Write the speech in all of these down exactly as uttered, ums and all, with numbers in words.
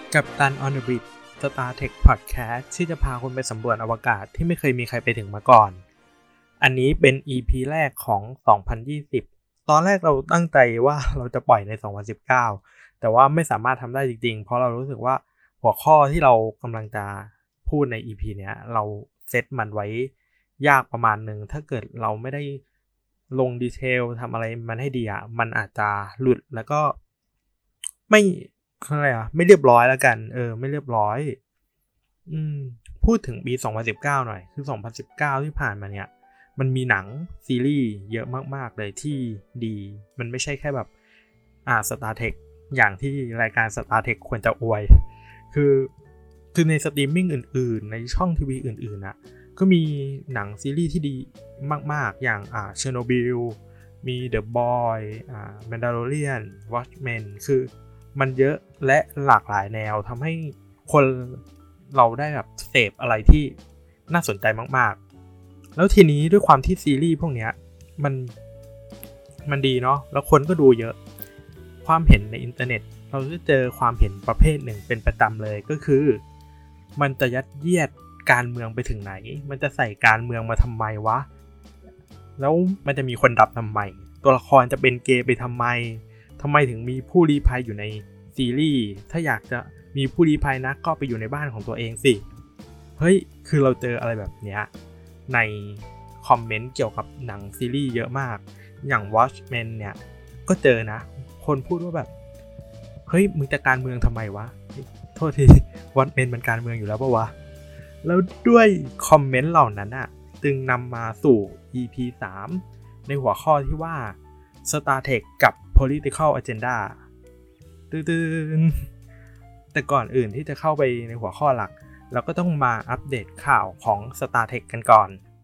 กัปตัน on the bridge Star Trek Podcast ที่จะพาคุณไปสำรวจอวกาศที่ไม่เคยมีใครไปถึงมาก่อนอันนี้เป็น อี พี แรกของสองพันยี่สิบตอนแรกเราตั้งใจว่าเราจะปล่อยในสองพันสิบเก้าแต่ว่าไม่สามารถทำได้จริงๆเพราะเรารู้สึกว่าหัวข้อที่เรากำลังจะพูดใน อี พี เนี้ยเราเซตมันไว้ยากประมาณนึงถ้าเกิดเราไม่ได้ลงดีเทลทำอะไรมันให้ดีอ่ะมันอาจจะหลุดแล้วก็ไม่อะไรอ่ะไม่เรียบร้อยแล้วกันเออไม่เรียบร้อยอืมพูดถึงปีสองพันสิบเก้าหน่อยคือสองพันสิบเก้าที่ผ่านมาเนี่ยมันมีหนังซีรีส์เยอะมากๆเลยที่ดีมันไม่ใช่แค่แบบอ่า Star Trek อย่างที่รายการ Star Trek ควรจะอวยคือคือในสตรีมมิ่งอื่นๆในช่องทีวีอื่นๆน่ะก็มีหนังซีรีส์ที่ดีมากๆอย่างอ่า Chernobyl มี The Boy อ่า Mandalorian Watchmen คือมันเยอะและหลากหลายแนวทำให้คนเราได้แบบเสพอะไรที่น่าสนใจมากๆแล้วทีนี้ด้วยความที่ซีรีส์พวกเนี้ยมันมันดีเนาะแล้วคนก็ดูเยอะความเห็นในอินเทอร์เน็ตเราจะเจอความเห็นประเภทหนึ่งเป็นประจำเลยก็คือมันจะยัดเยียดการเมืองไปถึงไหนมันจะใส่การเมืองมาทำไมวะแล้วมันจะมีคนดับทำไมตัวละครจะเป็นเกย์ไปทำไมทำไมถึงมีผู้ลี้ภัยอยู่ในซีรีส์ถ้าอยากจะมีผู้ลี้ภัยนะก็ไปอยู่ในบ้านของตัวเองสิเฮ้ยคือเราเจออะไรแบบเนี้ยในคอมเมนต์เกี่ยวกับหนังซีรีส์เยอะมากอย่าง Watchmen เนี่ยก็เจอนะคนพูดว่าแบบเฮ้ยมึงจะการเมืองทำไมวะโทษที Watchmen มันการเมืองอยู่แล้วปะวะแล้วด้วยคอมเมนต์เหล่านั้นอ่ะจึงนำมาสู่ อี พี สามในหัวข้อที่ว่า Star Trek กับ Political Agenda ตื้นๆแต่ก่อนอื่นที่จะเข้าไปในหัวข้อหลักเราก็ต้องมาอัปเดตข่าวของ Star Trek กันก่อน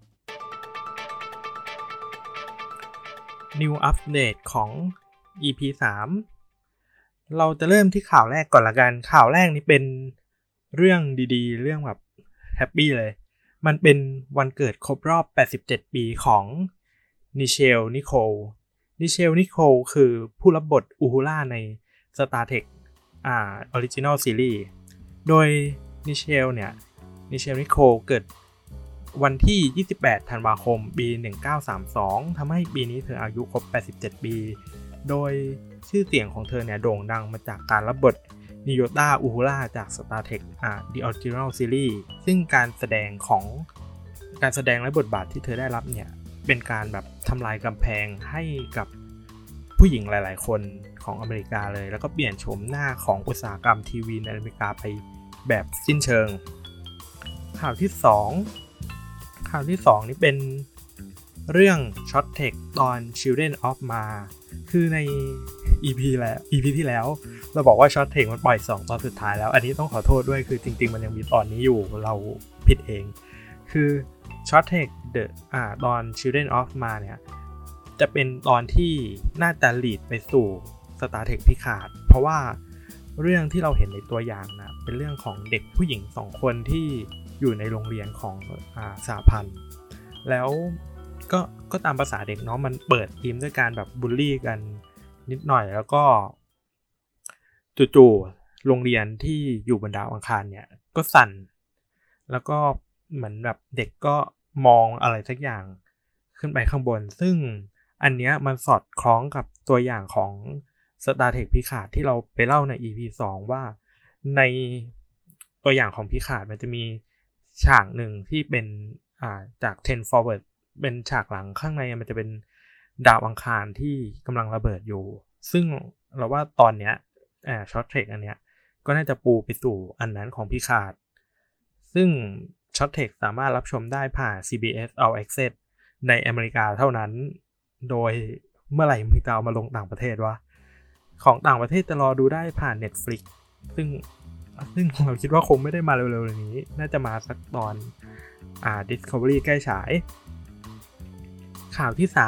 New Update ของ อี พี สามเราจะเริ่มที่ข่าวแรกก่อนละกันข่าวแรกนี้เป็นเรื่องดีๆเรื่องแบบแฮปปี้เลยมันเป็นวันเกิดครบรอบแปดสิบเจ็ดปีของนิเชลนิโคลนิเชลนิโคลคือผู้รับบทอูฮูล่าใน Star Trek อ่า Original Series โดยนิเชลเนี่ยนิเชลนิโคลเกิดวันที่ยี่สิบแปดธันวาคมปีหนึ่งพันเก้าร้อยสามสิบสองทำให้ปีนี้เธออายุครบแปดสิบเจ็ดปีโดยชื่อเสียงของเธอเนี่ยโด่งดังมาจากการรับบทนิโยต้าอูฮูล่าจาก Star Trek อ่า The Original Series ซึ่งการแสดงของการแสดงและบทบาทที่เธอได้รับเนี่ยเป็นการแบบทำลายกำแพงให้กับผู้หญิงหลายๆคนของอเมริกาเลยแล้วก็เปลี่ยนโฉมหน้าของอุตสาหกรรมทีวีในอเมริกาไปแบบสิ้นเชิงข่าวที่สองข่าวที่สองนี่เป็นเรื่อง Short Trek ตอน Children of Mars คือใน อี พี แล้ว อี พี ที่แล้วเราบอกว่า Short Trek มันปล่อยสองตอนสุดท้ายแล้วอันนี้ต้องขอโทษด้วยคือจริงๆมันยังมีตอนนี้อยู่เราผิดเองคือ Short Trek The อ่าตอน Children of Mars เนี่ยจะเป็นตอนที่น่าจะลีดไปสู่ Star Trek Picard เพราะว่าเรื่องที่เราเห็นในตัวอย่างนะเป็นเรื่องของเด็กผู้หญิงสองคนที่อยู่ในโรงเรียนของอ่าสหพันธ์แล้วก็ก็ตามภาษาเด็กเนาะมันเปิดทีมด้วยการแบบบูลลี่กันนิดหน่อยแล้วก็จู่ๆโรงเรียนที่อยู่บนดาวอังคารเนี่ยก็สั่นแล้วก็เหมือนแบบเด็กก็มองอะไรสักอย่างขึ้นไปข้างบนซึ่งอันเนี้ยมันสอดคล้องกับตัวอย่างของ Star Trek Picard ที่เราไปเล่าใน อี พี สองว่าในตัวอย่างของ Picard มันจะมีฉากหนึ่งที่เป็นอ่าจาก ten forward เป็นฉากหลังข้างในมันจะเป็นดาวอังคารที่กำลังระเบิดอยู่ซึ่งเราว่าตอนเนี้ยอ่า Short Trek อันเนี้ยก็น่าจะปูไปสู่อันนั้นของ Picard ซึ่ง Short Trek สามารถรับชมได้ผ่าน ซี บี เอส All Access ในอเมริกาเท่านั้นโดยเมื่อไหร่มึงจะเอามาลงต่างประเทศวะของต่างประเทศจะรอดูได้ผ่าน Netflix ซึ่งซึ่งเราคิดว่าคงไม่ได้มาเร็วๆนี้น่าจะมาสักตอนอ่า Discovery ใกล้ฉายข่าวที่สาม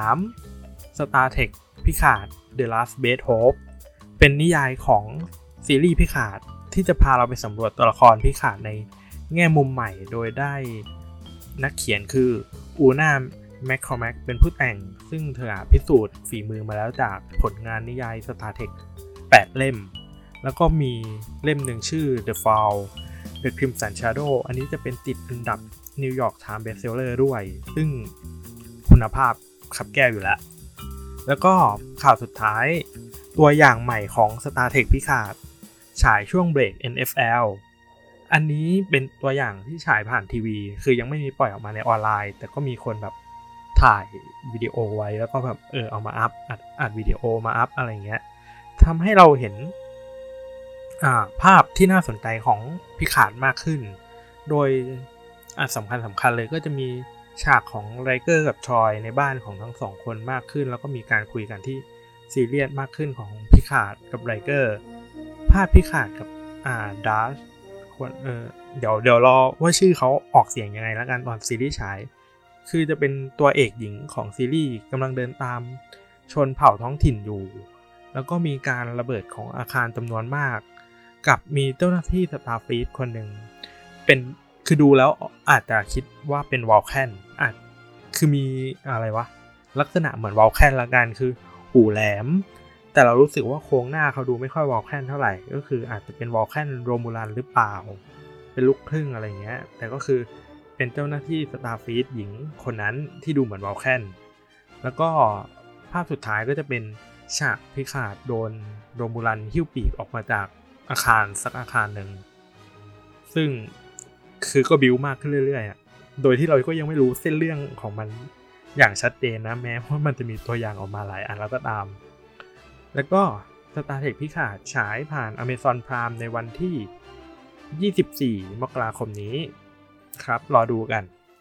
Star Trek Picard The Last Best Hope เป็นนิยายของซีรีส์ Picard ที่จะพาเราไปสำรวจตัวละคร Picard ในแง่มุมใหม่โดยได้นักเขียนคืออูน่าแมคคอแม็กเป็นผู้แต่งซึ่งเธอพิสูจน์ฝีมือมาแล้วจากผลงานนิยาย Star Trek แปดเล่มแล้วก็มีเล่มหนึ่งชื่อ The Fall The Crimson Shadow อันนี้จะเป็นติดอันดับ New York Times Bestseller ด้วยซึ่งคุณภาพขับแก้วอยู่แล้วแล้วก็ข่าวสุดท้ายตัวอย่างใหม่ของ Star Trek พิฆาตฉายช่วงเบรก เอ็น เอฟ แอล อันนี้เป็นตัวอย่างที่ฉายผ่านทีวีคือยังไม่มีปล่อยออกมาในออนไลน์แต่ก็มีคนแบบถ่ายวิดีโอไว้แล้วก็แบบเออเอามาอัพอัดอัดวิดีโอมาอัพอะไรเงี้ยทำให้เราเห็นอ่าภาพที่น่าสนใจของพิฆาตมากขึ้นโดยอ่ะสำคัญสำคัญเลยก็จะมีฉากของไรเกอร์กับทรอยในบ้านของทั้งสองคนมากขึ้นแล้วก็มีการคุยกันที่ซีเรียสมากขึ้นของพิฆาตกับไรเกอร์ภาพพิฆาตกับอ่าดาร์ชควรเออเดี๋ยวเดี๋ยวรอว่าชื่อเขาออกเสียงยังไงแล้วกันตอนซีรีส์ฉายคือจะเป็นตัวเอกหญิงของซีรีส์กำลังเดินตามชนเผ่าท้องถิ่นอยู่แล้วก็มีการระเบิดของอาคารจำนวนมากกับมีเจ้าหน้าที่สตาร์ฟลีทคนหนึ่งเป็นคือดูแล้วอาจจะคิดว่าเป็นวอลแคนอาจคือมีอะไรวะลักษณะเหมือนวอลแคนละกันคือหูแหลมแต่เรารู้สึกว่าโครงหน้าเขาดูไม่ค่อยวอลแคนเท่าไหร่ก็คืออาจจะเป็นวอลแคนโรมูลันหรือเปล่าเป็นลูกครึ่งอะไรเงี้ยแต่ก็คือเป็นเจ้าหน้าที่สตาร์ฟลีทหญิงคนนั้นที่ดูเหมือนวอลแคนแล้วก็ภาพสุดท้ายก็จะเป็นฉากพิฆาตโดนโรมูลันหิ้วปีกออกมาจากอาคารสักอาคารหนึ่งซึ่งคือก็บิวมากขึ้นเรื่อยๆอ่ะโดยที่เราก็ยังไม่รู้เส้นเรื่องของมันอย่างชัดเจนนะแม้ว่ามันจะมีตัวอย่างออกมาหลายอันแล้วก็ตามแล้วก็ Star Trek พิฆาตฉายผ่าน Amazon Prime ในวันที่ยี่สิบสี่มกราคมนี้ครับรอดูกัน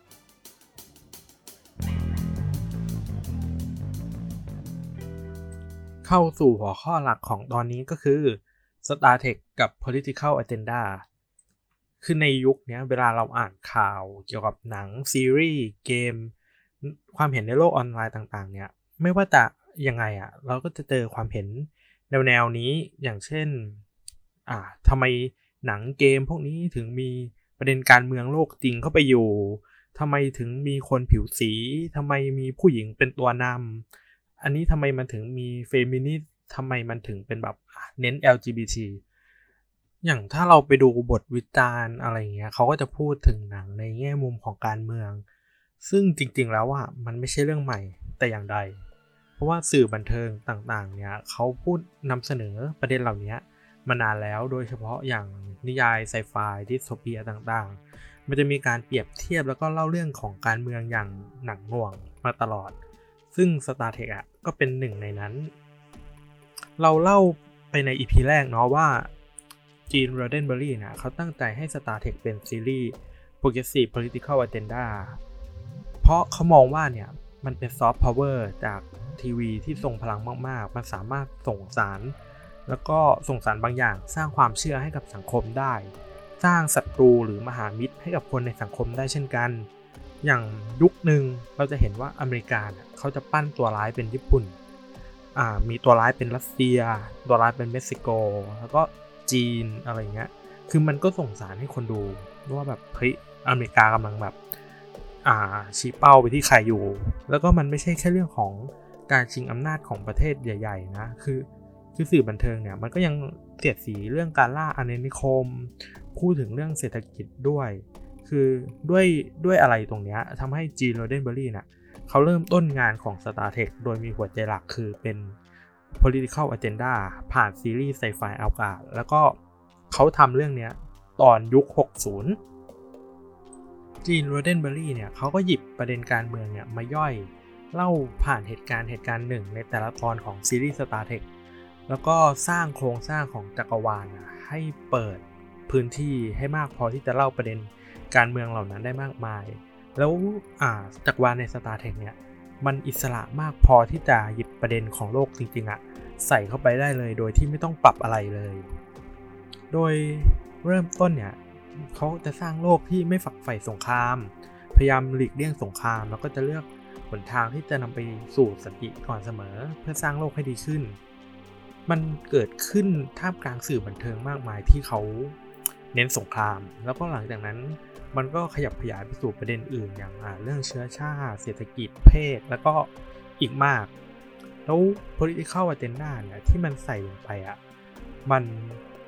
เข้าสู่หัวข้อหลักของตอนนี้ก็คือ Star Trek กับ Political Agenda คือในยุคนี้เวลาเราอ่านข่าวเกี่ยวกับหนังซีรีส์เกมความเห็นในโลกออนไลน์ต่างๆเนี่ยไม่ว่าจะยังไงอ่ะเราก็จะเจอความเห็นแนวๆนี้อย่างเช่นอ่าทำไมหนังเกมพวกนี้ถึงมีประเด็นการเมืองโลกจริงเข้าไปอยู่ทำไมถึงมีคนผิวสีทำไมมีผู้หญิงเป็นตัวนำอันนี้ทำไมมันถึงมีเฟมินิสต์ทำไมมันถึงเป็นแบบเน้น แอล จี บี ที อย่างถ้าเราไปดูบทวิจารณ์อะไรเงี้ยเขาก็จะพูดถึงหนังในแง่มุมของการเมืองซึ่งจริงๆแล้วอ่ะมันไม่ใช่เรื่องใหม่แต่อย่างใดเพราะว่าสื่อบันเทิงต่างๆเนี่ยเขาพูดนำเสนอประเด็นเหล่านี้มานานแล้วโดยเฉพาะอย่างนิยายไซไฟดิสโทเปียต่างๆมันจะมีการเปรียบเทียบแล้วก็เล่าเรื่องของการเมืองอย่างหนักหน่วงมาตลอดซึ่ง Star Trek อ่ะก็เป็นหนึ่งในนั้นเราเล่าไปใน อี พี แรกเนาะว่าจีน โรเดนเบอรี่นะเขาตั้งใจให้ Star Trek เป็นซีรีส์ Progressive Political Agenda เพราะเขามองว่าเนี่ยมันเป็นซอฟต์พาวเวอร์จากทีวีที่ทรงพลังมากๆมันสามารถส่งสารแล้วก็ส่งสารบางอย่างสร้างความเชื่อให้กับสังคมได้สร้างศัตรูหรือมหามิตรให้กับคนในสังคมได้เช่นกันอย่างยุคหนึ่งเราจะเห็นว่าอเมริกาเขาจะปั้นตัวร้ายเป็นญี่ปุ่นอ่ามีตัวร้ายเป็นรัสเซียตัวร้ายเป็นเม็กซิโกแล้วก็จีนอะไรเงี้ยคือมันก็ส่งสารให้คนดูว่าแบบเฮ้ยอเมริกากำลังแบบอ่าชี้เป้าไปที่ใครอยู่แล้วก็มันไม่ใช่แค่เรื่องของการชิงอำนาจของประเทศใหญ่ๆนะคือคือสื่อบันเทิงเนี่ยมันก็ยังเสียดสีเรื่องการล่าอาณานิคมพูดถึงเรื่องเศรษฐกิจด้วยคือด้วยด้วยอะไรตรงเนี้ยทำให้จีน โรเดนเบอรี่น่ะเขาเริ่มต้นงานของ Star Trek โดยมีหัวใจหลักคือเป็น political agenda ผ่านซีรีส์ไซไฟอวกาศแล้วก็เขาทำเรื่องเนี้ยตอนยุคหกสิบจีน โรเดนเบอรี่เนี่ยเขาก็หยิบประเด็นการเมืองเนี่ยมาย่อยเล่าผ่านเหตุการณ์เหตุการณ์หนึ่งในแต่ละตอนของซีรีส์ Star Trek แล้วก็สร้างโครงสร้างของจักรวาลให้เปิดพื้นที่ให้มากพอที่จะเล่าประเด็นการเมืองเหล่านั้นได้มากมายแล้วอ่าจักรวาลใน Star Trek เนี่ยมันอิสระมากพอที่จะหยิบประเด็นของโลกจริงๆอะใส่เข้าไปได้เลยโดยที่ไม่ต้องปรับอะไรเลยโดยเริ่มต้นเนี่ยเขาจะสร้างโลกที่ไม่ฝักใฝ่สงครามพยายามหลีกเลี่ยงสงครามแล้วก็จะเลือกหนทางที่จะนำไปสู่สันติก่อนเสมอเพื่อสร้างโลกให้ดีขึ้นมันเกิดขึ้นท่ามกลางสื่อบันเทิงมากมายที่เขาเน้นสงครามแล้วก็หลังจากนั้นมันก็ขยับขยายไปสู่ประเด็นอื่นอย่างเรื่องเชื้อชาติเศรษฐกิจเพศแล้วก็อีกมากแล้ว political agenda เนี่ยที่มันใส่ลงไปอ่ะมัน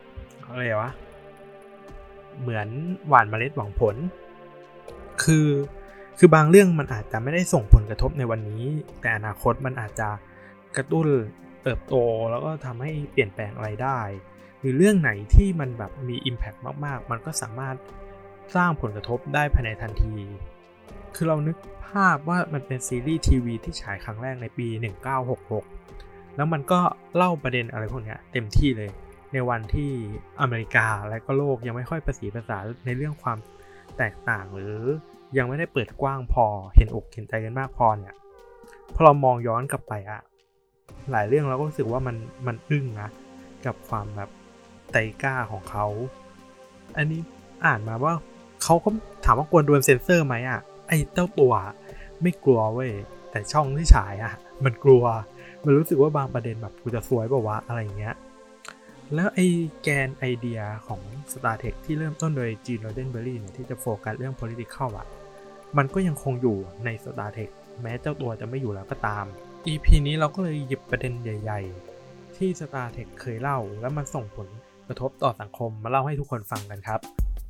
อะไรวะเหมือนหว่านเมล็ดหวังผลคือคือบางเรื่องมันอาจจะไม่ได้ส่งผลกระทบในวันนี้แต่อนาคตมันอาจจะกระตุ้นเติบโตแล้วก็ทำให้เปลี่ยนแปลงอะไรได้หรือเรื่องไหนที่มันแบบมี impact มากๆมันก็สามารถสร้างผลกระทบได้ภายในทันทีคือเรานึกภาพว่ามันเป็นซีรีส์ทีวีที่ฉายครั้งแรกในปีหนึ่งเก้าหกหกแล้วมันก็เล่าประเด็นอะไรพวกนี้เต็มที่เลยในวันที่อเมริกาและก็โลกยังไม่ค่อยประสีภาษาในเรื่องความแตกต่างหรือยังไม่ได้เปิดกว้างพอเห็นอกเห็นใจกันมากพอเนี่ยพอเรามองย้อนกลับไปอะหลายเรื่องเราก็รู้สึกว่ามันมันอึ้งนะกับความแบบใจกล้าของเขาอันนี้อ่านมาว่าเขาก็ถามว่ากลัวโดนเซ็นเซอร์ไหมอะไอ้เจ้าตัวไม่กลัวเว้ยแต่ช่องที่ฉายอะมันกลัวมันรู้สึกว่าบางประเด็นแบบกูจะซวยป่าววะอะไรเงี้ยแล้วไอ้แกนไอเดียของ Star Trek ที่เริ่มต้นโดย Gene Roddenberry เนี่ยที่จะโฟกัสเรื่อง political อะมันก็ยังคงอยู่ใน Star Trek แม้เจ้าตัวจะไม่อยู่แล้วก็ตาม อี พี นี้เราก็เลยหยิบประเด็นใหญ่ๆที่ Star Trek เคยเล่าแล้วมันส่งผลกระทบต่อสังคมมาเล่าให้ทุกคนฟังกันครับ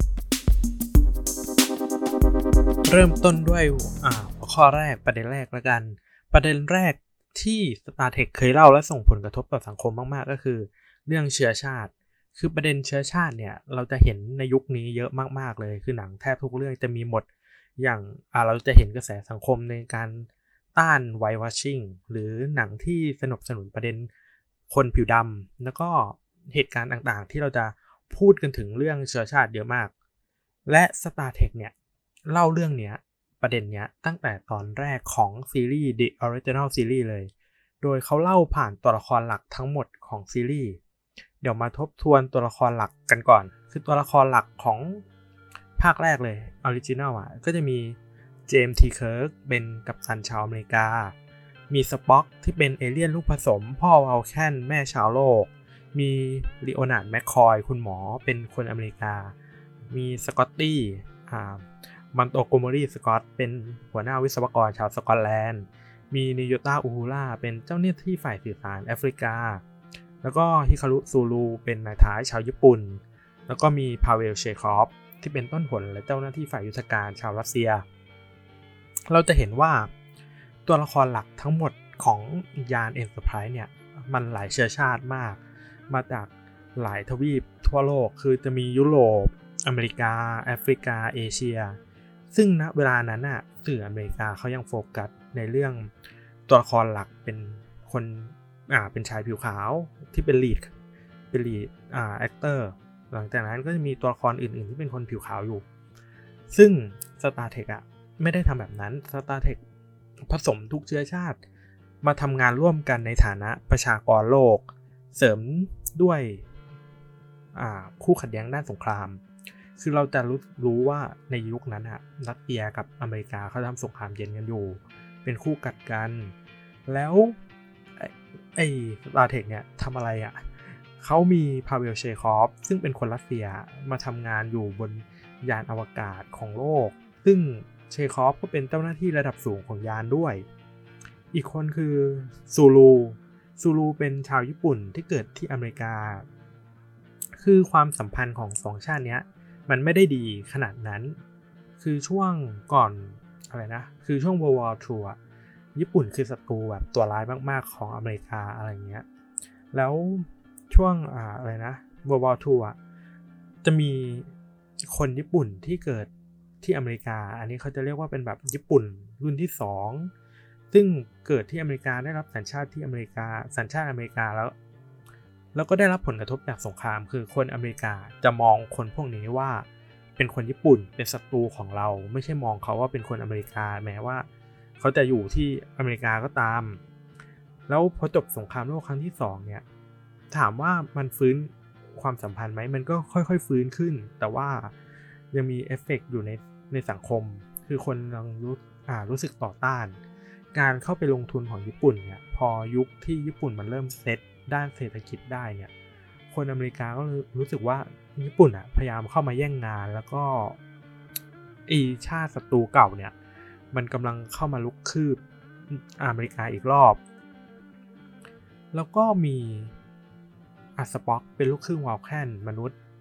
เริ่มต้นด้วยอ่าหัวข้อแรกประเด็นแรกแล้วกันประเด็นแรกที่ Star Trek เคยเล่าและส่งผลกระทบต่อสังคมมากๆก็คือเรื่องเชื้อชาติคือประเด็นเชื้อชาติเนี่ยเราจะเห็นในยุคนี้เยอะมากๆเลยคือหนังแทบทุกเรื่องจะมีหมดอย่างอ่าเราจะเห็นกระแสสังคมในการต้านไวท์วอชชิ่งหรือหนังที่สนับสนุนประเด็นคนผิวดำแล้วก็เหตุการณ์ต่างๆที่เราจะพูดกันถึงเรื่องเชื้อชาติเยอะมากและ Star Trek เนี่ยเล่าเรื่องเนี้ยประเด็นเนี้ยตั้งแต่ตอนแรกของซีรีส์ The Original Series เลยโดยเขาเล่าผ่านตัวละครหลักทั้งหมดของซีรีส์เดี๋ยวมาทบทวนตัวละครหลักกันก่อนคือตัวละครหลักของภาคแรกเลย Original อ่ะก็จะมีเจมส์ ที เคิร์กเป็นกัปตันชาวอเมริกามีสป็อกที่เป็นเอเลี่ยนลูกผสมพ่อวาลแคนแม่ชาวโลกมีลีโอนาร์ด แมคคอยคุณหมอเป็นคนอเมริกามีสกอตตี้อ่ามันโตโกโมรีสกอตเป็นหัวหน้าวิศวกรชาวสกอตแลนด์มีนิโยต้าอูฮูล่าเป็นเจ้าหน้าที่ฝ่ายสื่อสารแอฟริกาแล้วก็ฮิคารุซูรูเป็นนายท้ายชาวญี่ปุ่นแล้วก็มีพาเวลเชคอฟที่เป็นต้นหนและเจ้าหน้าที่ฝ่ายยุทธการชาวรัสเซียเราจะเห็นว่าตัวละครหลักทั้งหมดของยาน Enterprise เนี่ยมันหลายเชื้อชาติมากมาจากหลายทวีปทั่วโลกคือจะมียุโรปอเมริกาแอฟริกาเอเชียซึ่งณเวลานั้นน่ะสื่ออเมริกาเขายังโฟกัสในเรื่องตัวละครหลักเป็นคนอ่าเป็นชายผิวขาวที่เป็นลีดเป็นลีดอ่าแอคเตอร์หลังจากนั้นก็จะมีตัวละครอื่นๆที่เป็นคนผิวขาวอยู่ซึ่ง Star Trek อ่ะไม่ได้ทำแบบนั้น Star Trek ผสมทุกเชื้อชาติมาทำงานร่วมกันในฐานะประชากรโลกเสริมด้วยอ่าคู่ขัดแย้งด้านสงครามคือเราจะรู้รู้ว่าในยุคนั้นอะรัสเซียกับอเมริกาเขาทำสงครามเย็นกันอยู่เป็นคู่กัดกันแล้วไอ้ Star Trek เนี่ยทำอะไรอะเขามีพาเวลเชคอฟซึ่งเป็นคนรัสเซียมาทำงานอยู่บนยานอวกาศของโลกซึ่งเชคอฟก็เป็นเจ้าหน้าที่ระดับสูงของยานด้วยอีกคนคือซูรูซูรูเป็นชาวญี่ปุ่นที่เกิดที่อเมริกาคือความสัมพันธ์ของสองชาติเนี้ยมันไม่ได้ดีขนาดนั้นคือช่วงก่อนอะไรนะคือช่วง World War ทู อ่ะญี่ปุ่นคือศัตรูแบบตัวร้ายมากๆของอเมริกาอะไรเงี้ยแล้วช่วงอ่าอะไรนะ World War ทู อ่ะจะมีคนญี่ปุ่นที่เกิดที่อเมริกาอันนี้เขาจะเรียกว่าเป็นแบบญี่ปุ่นรุ่นที่สองซึ่งเกิดที่อเมริกาได้รับสัญชาติที่อเมริกาสัญชาติอเมริกาแล้วแล้วก็ได้รับผลกระทบจากสงครามคือคนอเมริกาจะมองคนพวกนี้ว่าเป็นคนญี่ปุ่นเป็นศัตรูของเราไม่ใช่มองเขาว่าเป็นคนอเมริกาแม้ว่าเขาจะอยู่ที่อเมริกาก็ตามแล้วพอจบสงครามโลกครั้งที่สองเนี่ยถามว่ามันฟื้นความสัมพันธ์ไหมมันก็ค่อยๆฟื้นขึ้นแต่ว่ายังมีเอฟเฟกต์อยู่ในในสังคมคือคนยังรู้อ่ารู้สึกต่อต้านการเข้าไปลงทุนของญี่ปุ่นเนี่ยพอยุคที่ญี่ปุ่นมันเริ่มเซตด้านเศรษฐกิจได้เนี่ยคนอเมริกาก็รู้สึกว่าญี่ปุ่นอ่ะพยายามเข้ามาแย่งงานแล้วก็ไอชาติศัตรูเก่าเนี่ยมันกำลังเข้ามาลุกคืบอเมริกาอีกรอบแล้วก็มีอาสป็อกเป็นลูกครึ่งวาลแคนมนุษย์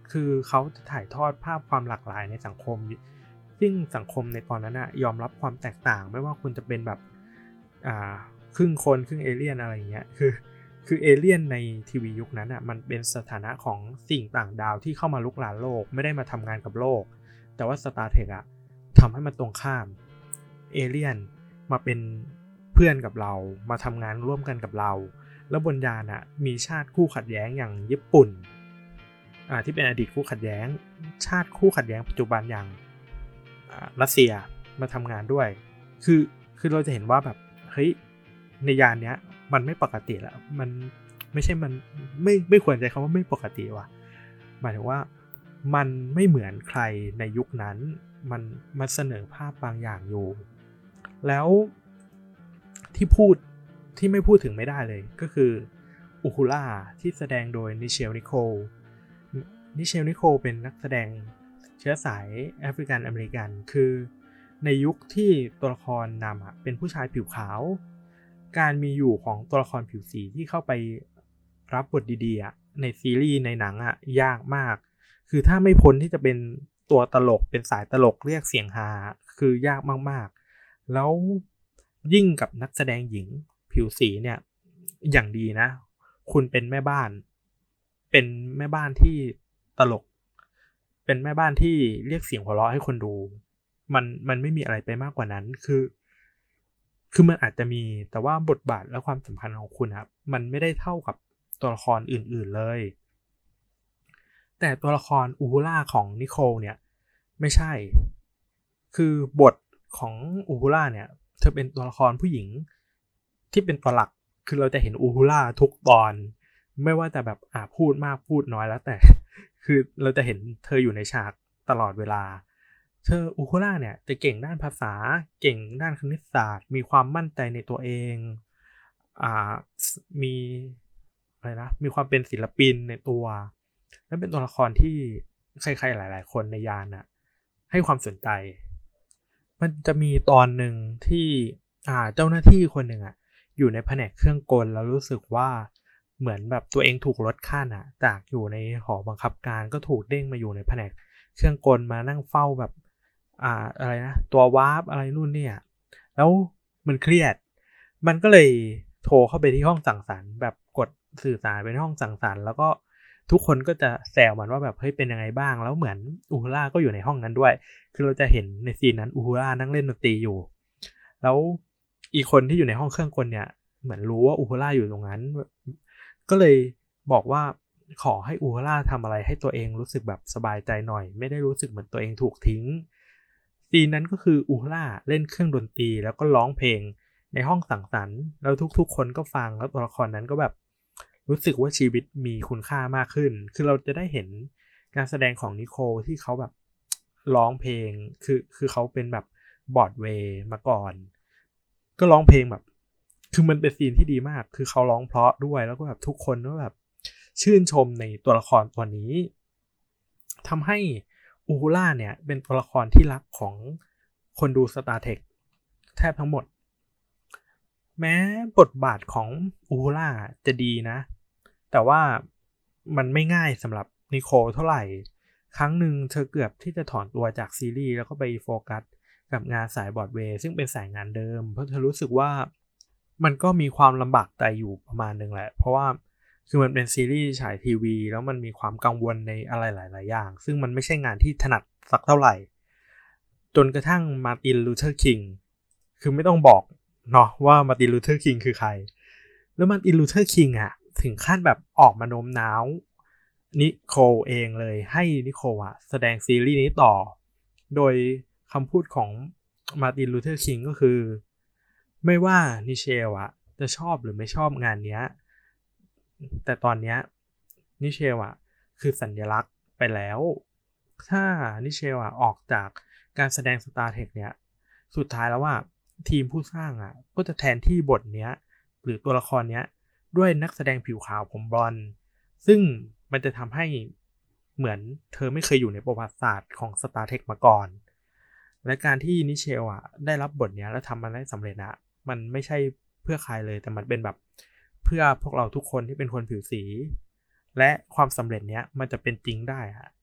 คือเขาจะถ่ายทอดภาพความหลากหลายในสังคมซึ่งสังคมในตอนนั้นอะยอมรับความแตกต่างไม่ว่าคุณจะเป็นแบบอ่าครึ่งคนครึ่งเอเลี่ยนอะไรอย่างเงี้ยคือคือเอเลี่ยนในทีวียุคนั้นอ่ะมันเป็นสถานะของสิ่งต่างดาวที่เข้ามาลุกลานโลกไม่ได้มาทำงานกับโลกแต่ว่า Star Trek อ่ะทำให้มันตรงข้ามเอเลี่ยนมาเป็นเพื่อนกับเรามาทำงานร่วมกันกับเราแล้วบนยานอ่ะมีชาติคู่ขัดแย้งอย่างญี่ปุ่นอ่าที่เป็นอดีตคู่ขัดแย้งชาติคู่ขัดแย้งปัจจุบันอย่างอ่ารัสเซียมาทำงานด้วยคือคือเราจะเห็นว่าแบบเฮ้ยในยานเนี้ยมันไม่ปกติละมันไม่ใช่มันไม่ไม่ควรใจคำว่าไม่ปกติว่ะหมายถึงว่ามันไม่เหมือนใครในยุคนั้นมันมันเสนอภาพบางอย่างอยู่แล้วที่พูดที่ไม่พูดถึงไม่ได้เลยก็คืออูคูล่าที่แสดงโดยนิเชลนิโคลนิเชลนิโคลเป็นนักแสดงเชื้อสายแอฟริกันอเมริกันคือในยุคที่ตัวละครนำอ่ะเป็นผู้ชายผิวขาวการมีอยู่ของตัวละครผิวสีที่เข้าไปรับบทดีๆอ่ะในซีรีส์ในหนังอ่ะยากมากคือถ้าไม่พ้นที่จะเป็นตัวตลกเป็นสายตลกเรียกเสียงฮาคือยากมากๆแล้วยิ่งกับนักแสดงหญิงผิวสีเนี่ยอย่างดีนะคุณเป็นแม่บ้านเป็นแม่บ้านที่ตลกเป็นแม่บ้านที่เรียกเสียงหัวเราะให้คนดูมันมันไม่มีอะไรไปมากกว่านั้นคือคือมันอาจจะมีแต่ว่าบทบาทและความสำคัญของคุณครับมันไม่ได้เท่ากับตัวละครอื่นๆเลยแต่ตัวละครอูฮูล่าของนิโคลเนี่ยไม่ใช่คือบทของอูฮูล่าเนี่ยเธอเป็นตัวละครผู้หญิงที่เป็นตัวหลักคือเราจะเห็นอูฮูล่าทุกตอนไม่ว่าแต่แบบอ่าพูดมากพูดน้อยแล้วแต่คือเราจะเห็นเธออยู่ในฉากตลอดเวลาเธออูคูล่าเนี่ยจะเก่งด้านภาษาเก่งด้านคณิตศาสตร์มีความมั่นใจในตัวเองอ่ามีอะไรนะมีความเป็นศิลปินในตัวและเป็นตัวละครที่ใครๆหลายๆคนในยานน่ะให้ความสนใจมันจะมีตอนหนึ่งที่อ่าเจ้าหน้าที่คนหนึ่งอ่ะอยู่ในแผนกเครื่องกลแล้วรู้สึกว่าเหมือนแบบตัวเองถูกลดขั้นอ่ะจากอยู่ในหอบังคับการก็ถูกเด้งมาอยู่ในแผนกเครื่องกลมานั่งเฝ้าแบบอ่าอะไรนะตัววาร์ปอะไรนู่นเนี่ยแล้วมันเครียดมันก็เลยโทรเข้าไปที่ห้องสังสรรค์แบบกดสื่อสารไปที่ห้องสังสรรค์แล้วก็ทุกคนก็จะแซวมันว่าแบบเฮ้ยเป็นยังไงบ้างแล้วเหมือนอูฮูล่าก็อยู่ในห้องนั้นด้วยคือเราจะเห็นในซีนนั้นอูฮูล่านั่งเล่นดนตรีอยู่แล้วอีกคนที่อยู่ในห้องเครื่องกลเนี่ยเหมือนรู้ว่าอูฮูล่าอยู่ตรงนั้นก็เลยบอกว่าขอให้อูฮูล่าทำอะไรให้ตัวเองรู้สึกแบบสบายใจหน่อยไม่ได้รู้สึกเหมือนตัวเองถูกทิ้งซีนนั้นก็คืออูฮูล่าเล่นเครื่องดนตรีแล้วก็ร้องเพลงในห้องสังสรรค์แล้วทุกๆคนก็ฟังแล้วตัวละครนั้นก็แบบรู้สึกว่าชีวิตมีคุณค่ามากขึ้นคือเราจะได้เห็นการแสดงของนิโคลที่เขาแบบร้องเพลงคือคือเขาเป็นแบบบอร์ดเวย์มาก่อนก็ร้องเพลงแบบคือมันเป็นซีนที่ดีมากคือเขาร้องเพราะด้วยแล้วก็แบบทุกคนก็แบบชื่นชมในตัวละครตัวนี้ทำให้อูฮูล่าเนี่ยเป็นตัวละครที่รักของคนดู Star Trek แทบทั้งหมดแม้บทบาทของอูฮูล่าจะดีนะแต่ว่ามันไม่ง่ายสำหรับนิโคลเท่าไหร่ครั้งหนึ่งเธอเกือบที่จะถอนตัวจากซีรีส์แล้วก็ไปโฟกัสกับงานสายบอร์ดเวย์ซึ่งเป็นสายงานเดิมเพราะเธอรู้สึกว่ามันก็มีความลำบากใจอยู่ประมาณนึงแหละเพราะว่าคือมันเป็นซีรีส์ฉายทีวีแล้วมันมีความกังวลในอะไรหลายๆอย่างซึ่งมันไม่ใช่งานที่ถนัดสักเท่าไหร่จนกระทั่งมาร์ติน ลูเทอร์ คิงคือไม่ต้องบอกเนาะว่ามาร์ติน ลูเทอร์ คิงคือใครแล้วมาร์ติน ลูเทอร์ คิงอ่ะถึงขั้นแบบออกมาโน้มน้าวนิโคลเองเลยให้นิโคลอ่ะแสดงซีรีส์นี้ต่อโดยคำพูดของมาร์ติน ลูเทอร์ คิงก็คือไม่ว่านิเชลอ่ะจะชอบหรือไม่ชอบงานเนี้ยแต่ตอนเนี้ยนิเชลอ่ะคือสัญลักษณ์ไปแล้วถ้านิเชลอ่ะออกจากการแสดง Star Trek เนี่ยสุดท้ายแล้วว่าทีมผู้สร้างอ่ะก็จะแทนที่บทเนี้ยหรือตัวละครเนี้ยด้วยนักแสดงผิวขาวผมบลอนด์ซึ่งมันจะทำให้เหมือนเธอไม่เคยอยู่ในประวัติศาสตร์ของ Star Trek มาก่อนและการที่นิเชลอ่ะได้รับบทเนี้ยแล้วทำมันได้สำเร็จอ่ะมันไม่ใช่เพื่อใครเลยแต่มันเป็นแบบเพื่อพวกเราทุกคนที่เป็นคนผิวสีและความสำเร็จเนี้ยมันจะเป็นจริงได้ฮะ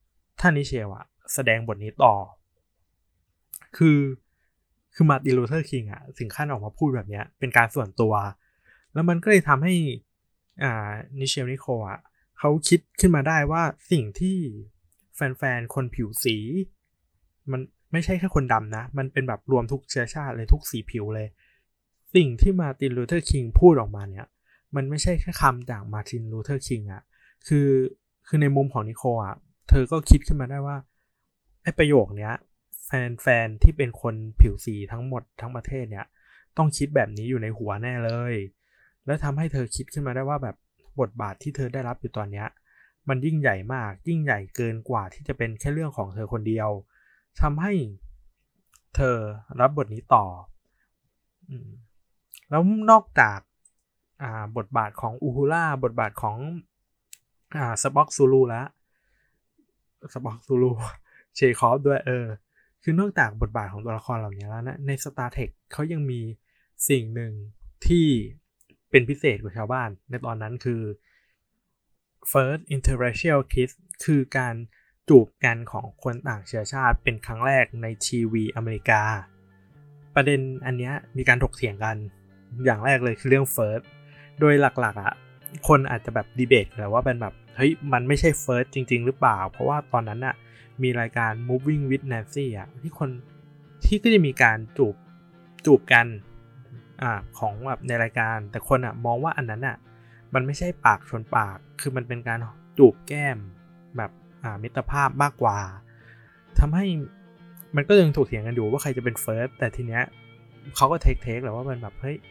ถ้านิเชลอะแสดงบทนี้ต่อคือคือมาร์ติน ลูเทอร์ คิงอะถึงขั้นออกมาพูดแบบนี้เป็นการส่วนตัวแล้วมันก็เลยทำให้อ่านิเชล นิโคลอะเขาคิดขึ้นมาได้ว่าสิ่งที่แฟนๆคนผิวสีมันไม่ใช่แค่คนดำนะมันเป็นแบบรวมทุกเชื้อชาติเลยทุกสีผิวเลยสิ่งที่มาร์ติน ลูเทอร์ คิงพูดออกมาเนี่ยมันไม่ใช่แค่คำจากมาร์ติน ลูเทอร์ คิงอะคือคือในมุมของนิโคลอะเธอก็คิดขึ้นมาได้ว่าไอ้ประโยคเนี้ยแฟนๆที่เป็นคนผิวสีทั้งหมดทั้งประเทศเนี่ยต้องคิดแบบนี้อยู่ในหัวแน่เลยแล้วทำให้เธอคิดขึ้นมาได้ว่าแบบบทบาทที่เธอได้รับอยู่ตอนเนี้ยมันยิ่งใหญ่มากยิ่งใหญ่เกินกว่าที่จะเป็นแค่เรื่องของเธอคนเดียวทำให้เธอรับบทนี้ต่อแล้วนอกจากอ่าบทบาทของอูฮูล่าบทบาทของอ่าสป็อกซูลูแล้วสป็อกซูลูเชคอฟด้วยเออคือนอกจากบทบาทของตัวละครเหล่านี้แล้วนะใน Star Trek เขายังมีสิ่งหนึ่งที่เป็นพิเศษกว่าชาวบ้านในตอนนั้นคือ First Interracial Kiss คือการจูบกันของคนต่างเชื้อชาติเป็นครั้งแรกในทีวีอเมริกาประเด็นอันนี้มีการถกเถียงกันอย่างแรกเลยคือเรื่อง First โดยหลักๆอ่ะคนอาจจะแบบดีเบตแต่ว่าเป็นแบบเฮ้ยมันไม่ใช่ First จริงๆหรือเปล่าเพราะว่าตอนนั้นอ่ะมีรายการ Moving with Nancy อ่ะที่คนที่ก็จะมีการจูบจูบกันอ่าของแบบในรายการแต่คนอ่ะมองว่าอันนั้นอ่ะมันไม่ใช่ปากชนปากคือมันเป็นการจูบแก้มแบบอ่ามิตรภาพมากกว่าทำให้มันก็ยังถกเถียงกันอยู่ว่าใครจะเป็น First แต่ทีเนี้ยเขาก็เทคเทคแหละว่ามันแบบเฮ้ย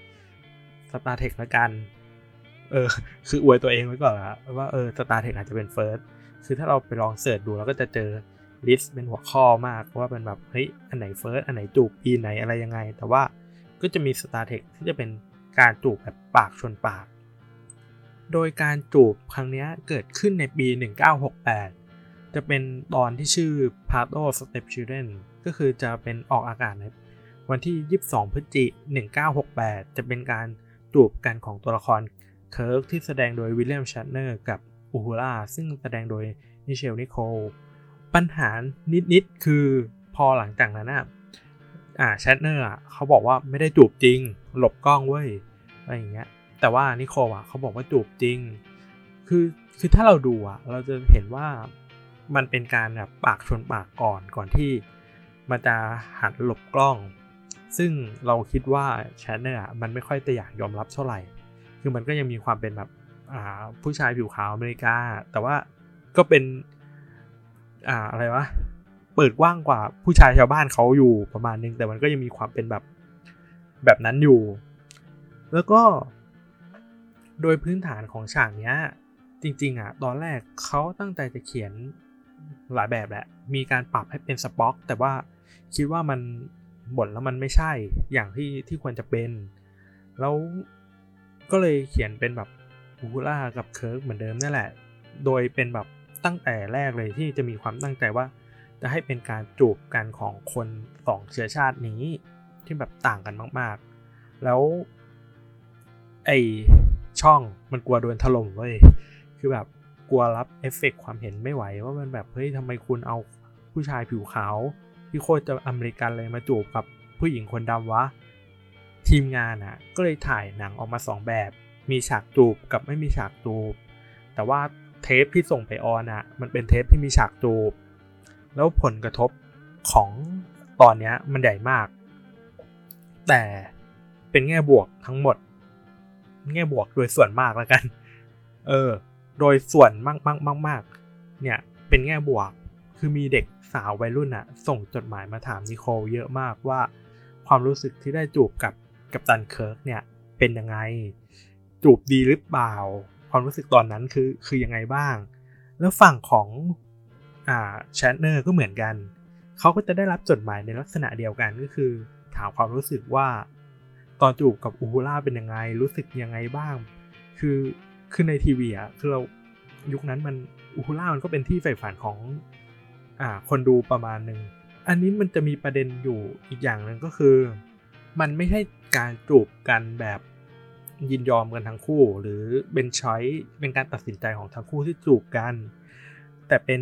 Star Trek ละกันเออคืออวยตัวเองไว้ก่อนละว่าเออ Star Trek อาจจะเป็น First คือถ้าเราไปลองเสิร์ชดูเราก็จะเจอลิสต์เป็นหัวข้อมากว่าเป็นแบบเฮ้ยอันไหน First อันไหนจูบปีไหนอะไรยังไงแต่ว่าก็จะมี Star Trek ที่จะเป็นการจูบแบบปากชนปากโดยการจูบครั้งนี้เกิดขึ้นในปีหนึ่งเก้าหกแปดจะเป็นตอนที่ชื่อ Pardo Stepchildren ก็คือจะเป็นออกอากาศในวันที่ยี่สิบสองพฤศจิกายนหนึ่งเก้าหกแปดจะเป็นการจูบกันของตัวละครเคิร์กที่แสดงโดยวิลเลียม ชัตเนอร์กับอูฮูล่าซึ่งแสดงโดยนิเชล นิโคลปัญหานิดๆคือพอหลังจากนั้นอ่ะอ่าชัตเนอร์อ่ะเขาบอกว่าไม่ได้จูบจริงหลบกล้องเว้ยอะไรอย่างเงี้ยแต่ว่านิโคลอ่ะเขาบอกว่าจูบจริงคือคือถ้าเราดูอ่ะเราจะเห็นว่ามันเป็นการแบบปากชนปากก่อนก่อนที่มันจะหันหลบกล้องซึ่งเราคิดว่าชัตเนอร์อ่ะมันไม่ค่อยจะอยากยอมรับเท่าไหร่คือมันก็ยังมีความเป็นแบบอ่าผู้ชายผิวขาวอเมริกาแต่ว่าก็เป็นอ่าอะไรวะเปิดกว้างกว่าผู้ชายชาวบ้านเขาอยู่ประมาณนึงแต่มันก็ยังมีความเป็นแบบแบบนั้นอยู่แล้วก็โดยพื้นฐานของฉากเนี้ยจริงๆอ่ะตอนแรกเขาตั้งใจจะเขียนหลายแบบแหละมีการปรับให้เป็นสป็อกแต่ว่าคิดว่ามันบ่นแล้วมันไม่ใช่อย่างที่ที่ควรจะเป็นแล้วก็เลยเขียนเป็นแบบอูฮูล่ากับเคิร์กเหมือนเดิมนั่นแหละโดยเป็นแบบตั้งแต่แรกเลยที่จะมีความตั้งใจว่าจะให้เป็นการจูบกันของคนสองเชื้อชาตินี้ที่แบบต่างกันมากๆแล้วไอช่องมันกลัวโดนถล่มเว้ยคือแบบกลัวรับเอฟเฟกต์ความเห็นไม่ไหวว่ามันแบบเฮ้ยทำไมคุณเอาผู้ชายผิวขาวที่โคตรจะอเมริกันเลยมาจูบกับผู้หญิงคนดำวะทีมงานอ่ะก็เลยถ่ายหนังออกมาสองแบบมีฉากจูบกับไม่มีฉากจูบแต่ว่าเทปที่ส่งไปออนอ่ะมันเป็นเทปที่มีฉากจูบแล้วผลกระทบของตอนนี้มันใหญ่มากแต่เป็นแง่บวกทั้งหมดแง่บวกโดยส่วนมากแล้วกันเออโดยส่วนมากมากมากมากเนี่ยเป็นแง่บวกคือมีเด็กสาววัยรุ่นอ่ะส่งจดหมายมาถามนิโคลเยอะมากว่าความรู้สึกที่ได้จูบกับกัปตันเคิร์กเนี่ยเป็นยังไงจูบดีหรือเปล่าความรู้สึกตอนนั้นคือคือยังไงบ้างแล้วฝั่งของอ่าแชทเนอร์ก็เหมือนกันเขาก็จะได้รับจดหมายในลักษณะเดียวกันก็คือถามความรู้สึกว่าตอนจูบกับอูฮูล่าเป็นยังไงรู้สึกยังไงบ้างคือคือในทีวีอ่ะคือเรายุคนั้นมันอูฮูล่ามันก็เป็นที่ใฝ่ฝันของอ่าคนดูประมาณนึงอันนี้มันจะมีประเด็นอยู่อีกอย่างนึงก็คือมันไม่ใช่การจูบกันแบบยินยอมกันทั้งคู่หรือเป็นช้อยส์เป็นการตัดสินใจของทั้งคู่ที่จูบกันแต่เป็น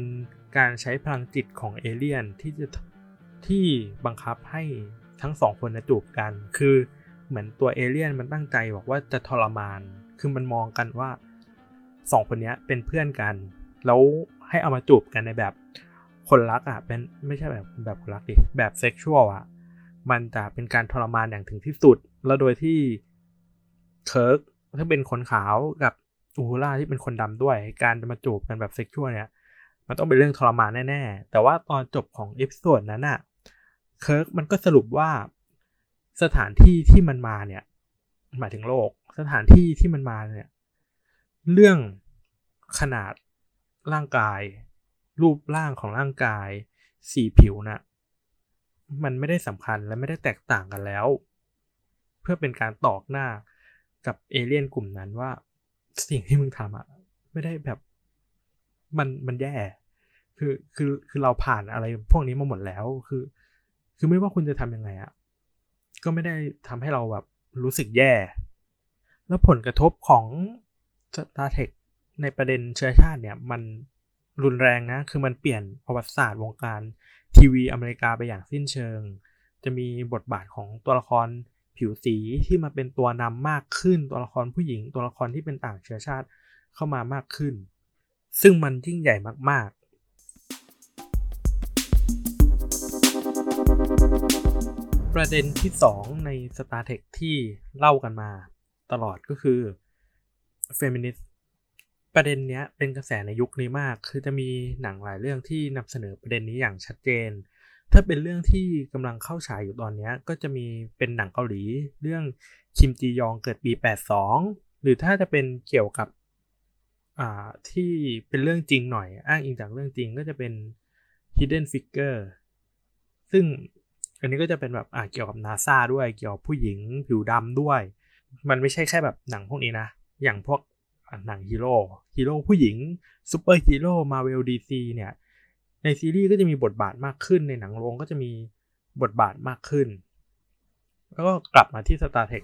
การใช้พลังจิตของเอเลี่ยนที่จะที่บังคับให้ทั้งสองคนจูบกันคือเหมือนตัวเอเลี่ยนมันตั้งใจบอกว่าจะทรมานคือมันมองกันว่าสองคนนี้เป็นเพื่อนกันแล้วให้เอามาจูบกันในแบบคนรักอ่ะเป็นไม่ใช่แบบแบบคนรักดิแบบเซ็กชวลอ่ะมันจะเป็นการทรมานอย่างถึงที่สุดแล้วโดยที่เคิร์กที่เป็นคนขาวกับอูฮูล่าที่เป็นคนดำด้วยการจะมาจูบกันแบบเซ็กชวลเนี่ยมันต้องเป็นเรื่องทรมานแน่ๆแต่ว่าตอนจบของเอพิโซดนั้นน่ะเคิร์กมันก็สรุปว่าสถานที่ที่มันมาเนี่ยหมายถึงโลกสถานที่ที่มันมาเนี่ยเรื่องขนาดร่างกายรูปร่างของร่างกายสีผิวน่ะมันไม่ได้สำคัญและไม่ได้แตกต่างกันแล้วเพื่อเป็นการตอกหน้ากับเอเลี่ยนกลุ่มนั้นว่าสิ่งที่มึงทำอ่ะไม่ได้แบบมันมันแย่คือคือคือเราผ่านอะไรพวกนี้มาหมดแล้วคือคือไม่ว่าคุณจะทำยังไงอ่ะก็ไม่ได้ทำให้เราแบบรู้สึกแย่แล้วผลกระทบของ Star Trek ในประเด็นเชื้อชาติเนี่ยมันรุนแรงนะคือมันเปลี่ยนประวัติศาสตร์วงการทีวีอเมริกาไปอย่างสิ้นเชิงจะมีบทบาทของตัวละครผิวสีที่มาเป็นตัวนำมากขึ้นตัวละครผู้หญิงตัวละครที่เป็นต่างเชื้อชาติเข้ามามากขึ้นซึ่งมันยิ่งใหญ่มากๆประเด็นที่สองใน Star Trek ที่เล่ากันมาตลอดก็คือ Feminist ประเด็นเนี้ยเป็นกระแสในยุคนี้มากคือจะมีหนังหลายเรื่องที่นำเสนอประเด็นนี้อย่างชัดเจนถ้าเป็นเรื่องที่กำลังเข้าฉายอยู่ตอนนี้ก็จะมีเป็นหนังเกาหลีเรื่องคิมจียองเกิดปีแปดสิบสองหรือถ้าจะเป็นเกี่ยวกับอ่าที่เป็นเรื่องจริงหน่อยอ้างอิงจากเรื่องจริงก็จะเป็น Hidden Figure ซึ่งอันนี้ก็จะเป็นแบบอ่าเกี่ยวกับ NASA ด้วยเกี่ยวกับผู้หญิงผิวดำด้วยมันไม่ใช่แค่แบบหนังพวกนี้นะอย่างพวกหนังฮีโร่ฮีโร่ผู้หญิงซูเปอร์ฮีโร่ Marvel ดี ซี เนี่ยในซีรีส์ก็จะมีบทบาทมากขึ้นในหนังโรงก็จะมีบทบาทมากขึ้นแล้วก็กลับมาที่ Star Trek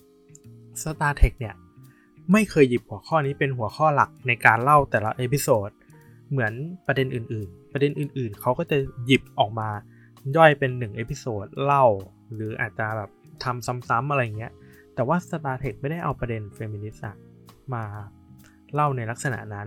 Star Trek เนี่ยไม่เคยหยิบหัวข้อนี้เป็นหัวข้อหลักในการเล่าแต่ละเอพิโซดเหมือนประเด็นอื่นๆประเด็นอื่นๆเขาก็จะหยิบออกมาย่อยเป็นหนึ่งเอพิโซดเล่าหรืออาจจะแบบทำซ้ำๆอะไรเงี้ยแต่ว่า Star Trek ไม่ได้เอาประเด็นเฟมินิสต์มาเล่าในลักษณะนั้น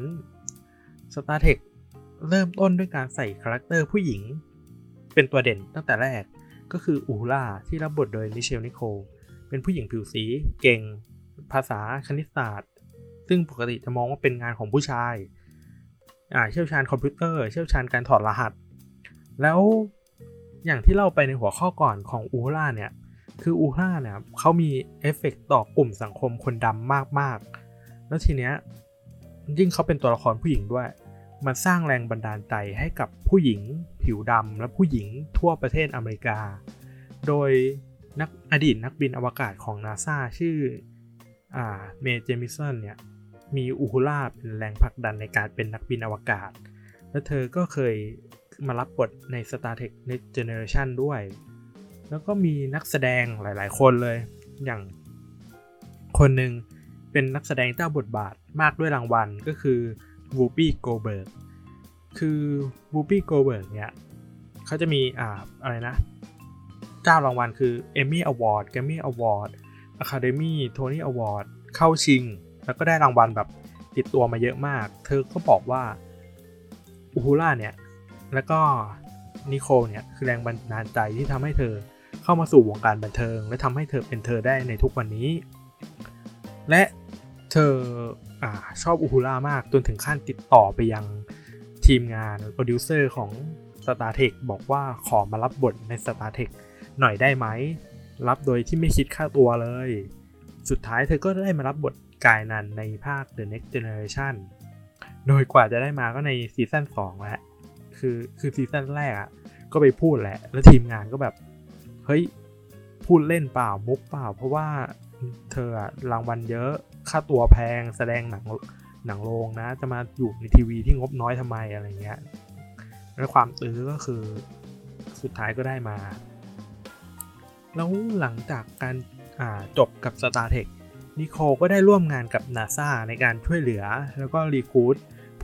Star Trek เริ่มต้นด้วยการใส่คาแรคเตอร์ผู้หญิงเป็นตัวเด่นตั้งแต่แรกก็คืออูล่าที่รับบทโดยมิเชลนิโคลเป็นผู้หญิงผิวสีเก่งภาษาคณิตศาสตร์ซึ่งปกติจะมองว่าเป็นงานของผู้ชายอ่าเชี่ยวชาญคอมพิวเตอร์เชี่ยวชาญการถอดรหัสแล้วอย่างที่เล่าไปในหัวข้อก่อนของอูล่าเนี่ยคืออูล่าเนี่ยเขามีเอฟเฟกต์ต่อกลุ่มสังคมคนดำมากๆแล้วทีเนี้ยยิ่งเขาเป็นตัวละครผู้หญิงด้วยมันสร้างแรงบันดาลใจให้กับผู้หญิงผิวดำและผู้หญิงทั่วประเทศอเมริกาโดยนักอดีตนักบินอวกาศของ NASA ชื่ออ่าเมย์เจมิสันเนี่ยมีอูฮูล่าเป็นแรงผลักดันในการเป็นนักบินอวกาศและเธอก็เคยมารับบทใน Star Trek Next Generation ด้วยแล้วก็มีนักแสดงหลายๆคนเลยอย่างคนหนึ่งเป็นนักแสดงเจ้าบทบาทมากด้วยรางวัลก็คือวูปี้โกลเบิร์กคือวูปี้โกลเบิร์กเนี่ยเขาจะมีอ่าอะไรนะเจ้ารางวัลคือ Emmy Award Grammy Award Academy Tony Award เข้าชิงแล้วก็ได้รางวัลแบบติดตัวมาเยอะมากเธอก็บอกว่าอูฮูล่าเนี่ยแล้วก็นิโคลเนี่ยคือแรงบันดาลใจที่ทำให้เธอเข้ามาสู่วงการบันเทิงและทำให้เธอเป็นเธอได้ในทุกวันนี้และเธออ่าชอบอูฮูล่ามากจนถึงขั้นติดต่อไปยังทีมงานโปรดิวเซอร์ของ Star Trek บอกว่าขอมารับบทใน Star Trek หน่อยได้ไหมรับโดยที่ไม่คิดค่าตัวเลยสุดท้ายเธอก็ได้มารับบทกายนันในภาค The Next Generation โดยกว่าจะได้มาก็ในซีซั่นสองแล้วคือคือซีซั่นแรกอ่ะก็ไปพูดแหละแล้วทีมงานก็แบบเฮ้ยพูดเล่นเปล่ามุกเปล่าเพราะว่าเธออะรางวัลเยอะค่าตัวแพงแสดงหนังหนังโรงนะจะมาอยู่ในทีวีที่งบน้อยทำไมอะไรเงี้ยแล้วความตื้อก็คือสุดท้ายก็ได้มาแล้วหลังจากการอ่าจบกับ Star Trek นิโคลก็ได้ร่วมงานกับ NASA ในการช่วยเหลือแล้วก็รีครูทผ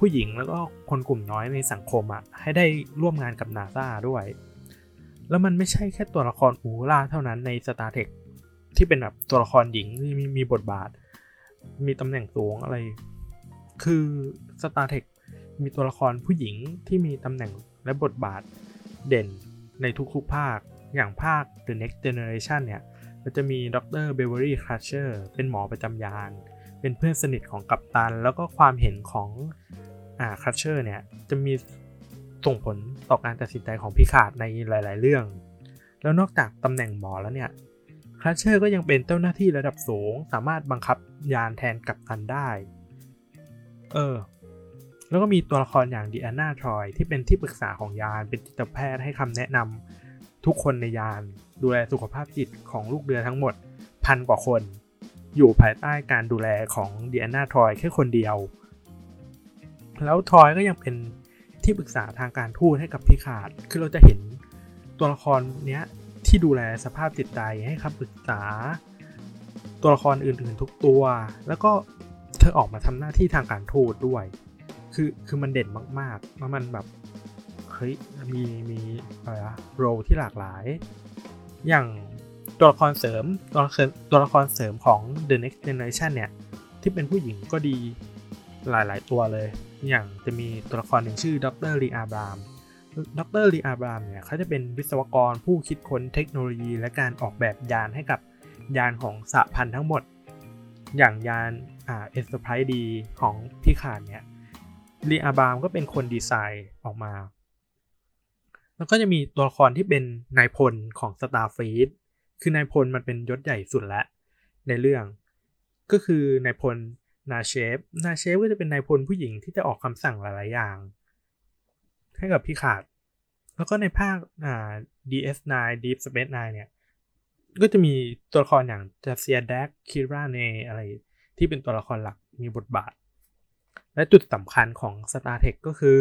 ผู้หญิงแล้วก็คนกลุ่มน้อยในสังคมอ่ะให้ได้ร่วมงานกับ NASA ด้วยแล้วมันไม่ใช่แค่ตัวละครอูราเท่านั้นใน Star Trek ที่เป็นแบบตัวละครหญิงที่มีมีบทบาทมีตำแหน่งสูงอะไรคือ Star Trek มีตัวละครผู้หญิงที่มีตำแหน่งและบทบาทเด่นในทุกๆภาคอย่างภาค The Next Generation เนี่ยมันจะมีดร. Beverly Crusher เป็นหมอประจำยานเป็นเพื่อนสนิทของกัปตันแล้วก็ความเห็นของอ่า Crusher เนี่ยจะมีส่งผลต่อการตัดสินใจของพิคาร์ดในหลายๆเรื่องแล้วนอกจากตำแหน่งหมอแล้วเนี่ย Crusher ก็ยังเป็นเจ้าหน้าที่ระดับสูงสามารถบังคับยานแทนกัปตันได้เออแล้วก็มีตัวละครอย่าง Deanna Troi ที่เป็นที่ปรึกษาของยานเป็นจิตแพทย์ให้คำแนะนำทุกคนในยานดูแลสุขภาพจิตของลูกเรือทั้งหมดพันกว่าคนอยู่ภายใต้การดูแลของ Deanna Troi แค่คนเดียวแล้วทรอยก็ยังเป็นที่ปรึกษาทางการทูตให้กับพิคาร์ดคือเราจะเห็นตัวละครเนี้ยที่ดูแลสภาพจิตใจให้คำปรึกษาตัวละครอื่นๆทุกตัวแล้วก็เธอออกมาทำหน้าที่ทางการทูตด้วยคือคือมันเด่นมากๆแล้วมันแบบเฮ้ยมีมีอะไรอะโรลที่หลากหลายอย่างตัวละครเสริมตัวละครตัวละครเสริมของ The Next Generation เนี่ยที่เป็นผู้หญิงก็ดีหลายๆตัวเลยอย่างจะมีตัวละครหนึ่งชื่อดร. ลีอาบรามดร. ลีอาบรามเนี่ยเขาจะเป็นวิศวกรผู้คิดค้นเทคโนโลยีและการออกแบบยานให้กับยานของสหพันธ์ทั้งหมดอย่างยานอ่า Enterprise ดี ของพิคาร์ดเนี่ยลีอาบรามก็เป็นคนดีไซน์ออกมาแล้วก็จะมีตัวละครที่เป็นนายพลของ Starfleet คือนายพลมันเป็นยศใหญ่สุดแล้วในเรื่องก็คือนายพลนาเชฟนาเชฟก็จะเป็นนายพลผู้หญิงที่จะออกคำสั่งหลายๆอย่างให้กับพิคาร์ดแล้วก็ในภาคอ่า ดี เอส ไนน์ Deep Space Nine เนี่ยก็จะมีตัวละครอย่างจาเซียแดกคิราเนอะไรที่เป็นตัวละครหลักมีบทบาทและจุดสำคัญของ Star Trek ก็คือ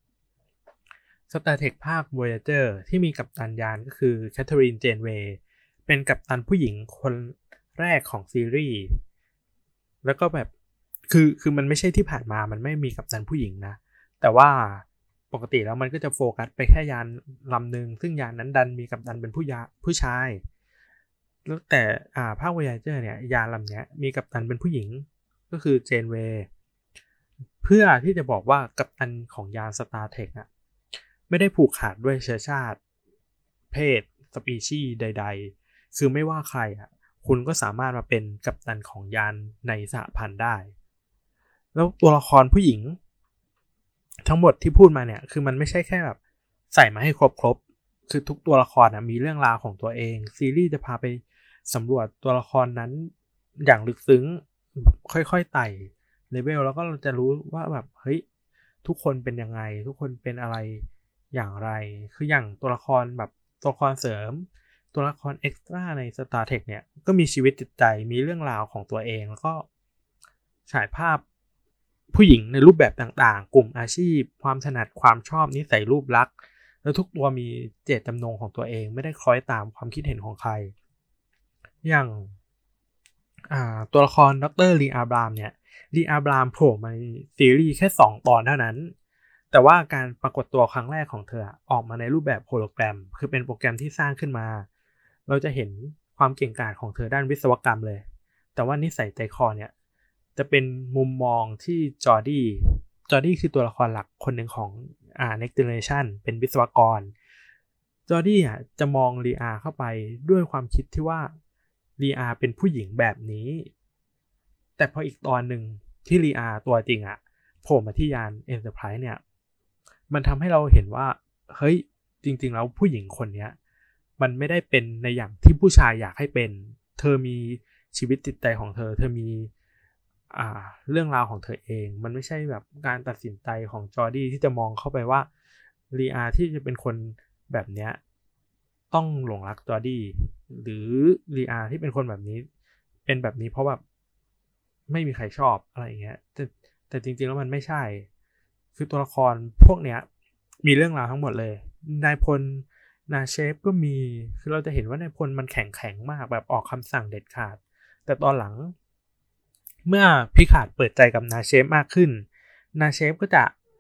Star Trek ภาค Voyager ที่มีกัปตันยานก็คือแคทเธอรีน เจนเวย์เป็นกัปตันผู้หญิงคนแรกของซีรีส์แล้วก็แบบคือคือมันไม่ใช่ที่ผ่านมามันไม่มีกัปตันผู้หญิงนะแต่ว่าปกติแล้วมันก็จะโฟกัสไปแค่ยานลำหนึ่งซึ่งยานนั้นดันมีกัปตันเป็นผู้ยาผู้ชายแล้วแต่อ่าภาค Voyager เนี่ยยานลำเนี้ยมีกัปตันเป็นผู้หญิงก็คือเจนเวย์เพื่อที่จะบอกว่ากัปตันของยาน Star Trek อ่ะไม่ได้ผูกขาดด้วยเชื้อชาติเพศสปีชีส์ใดๆคือไม่ว่าใครอ่ะคุณก็สามารถมาเป็นกัปตันของยานในสหพันธ์ได้แล้วตัวละครผู้หญิงทั้งหมดที่พูดมาเนี่ยคือมันไม่ใช่แค่แบบใส่มาให้ครบๆคือทุกตัวละครนะมีเรื่องราวของตัวเองซีรีส์จะพาไปสำรวจตัวละครนั้นอย่างลึกซึ้งค่อยๆไต่เลเวลแล้วก็เราจะรู้ว่าแบบเฮ้ยทุกคนเป็นยังไงทุกคนเป็นอะไรอย่างไรคืออย่างตัวละครแบบตัวละครเสริมตัวละครเอ็กซ์ตร้าใน Star Trek เนี่ยก็มีชีวิตจิตใจมีเรื่องราวของตัวเองแล้วก็ฉายภาพผู้หญิงในรูปแบบต่างๆกลุ่มอาชีพความถนัดความชอบนิสัยรูปลักษณ์แล้วทุกตัวมีเจตจำนงของตัวเองไม่ได้คล้อยตามความคิดเห็นของใครอย่างอ่าตัวละครดร. ลีอาบรามเนี่ยลีอาบรามโผล่มาในซีรีส์แค่สองตอนเท่านั้นแต่ว่าการปรากฏตัวครั้งแรกของเธอออกมาในรูปแบบโฮโลแกรมคือเป็นโปรแกรมที่สร้างขึ้นมาเราจะเห็นความเก่งกาจของเธอด้านวิศวกรรมเลยแต่ว่านิสัยใจคอเนี่ยจะเป็นมุมมองที่จอร์ดี้จอร์ดี้คือตัวละครหลักคนหนึ่งของอ่า Next Generation เป็นวิศวกรจอร์ดี้อ่ะจะมองลีอาเข้าไปด้วยความคิดที่ว่าลีอาเป็นผู้หญิงแบบนี้แต่พออีกตอนหนึ่งที่ลีอาตัวจริงอ่ะโผล่มาที่ยาน Enterprise เนี่ยมันทำให้เราเห็นว่าเฮ้ยจริงๆแล้วผู้หญิงคนนี้มันไม่ได้เป็นในอย่างที่ผู้ชายอยากให้เป็นเธอมีชีวิตจิตใจของเธอเธอมีอ่าเรื่องราวของเธอเองมันไม่ใช่แบบการตัดสินใจของจอร์ดี้ที่จะมองเข้าไปว่าลีอาที่จะเป็นคนแบบเนี้ยต้องหลงรักจอร์ดี้หรือลีอาที่เป็นคนแบบนี้เป็นแบบนี้เพราะแบบไม่มีใครชอบอะไรอย่างเงี้ยแต่แต่จริงๆแล้วมันไม่ใช่คือตัวละครพวกเนี้ยมีเรื่องราวทั้งหมดเลยนายพลนาเชฟก็มีคือเราจะเห็นว่านายพลมันแข็งแข็งมากแบบออกคำสั่งเด็ดขาดแต่ตอนหลังเมื่อพิคาร์ดเปิดใจกับนาเชฟมากขึ้นนาเชฟก็จะ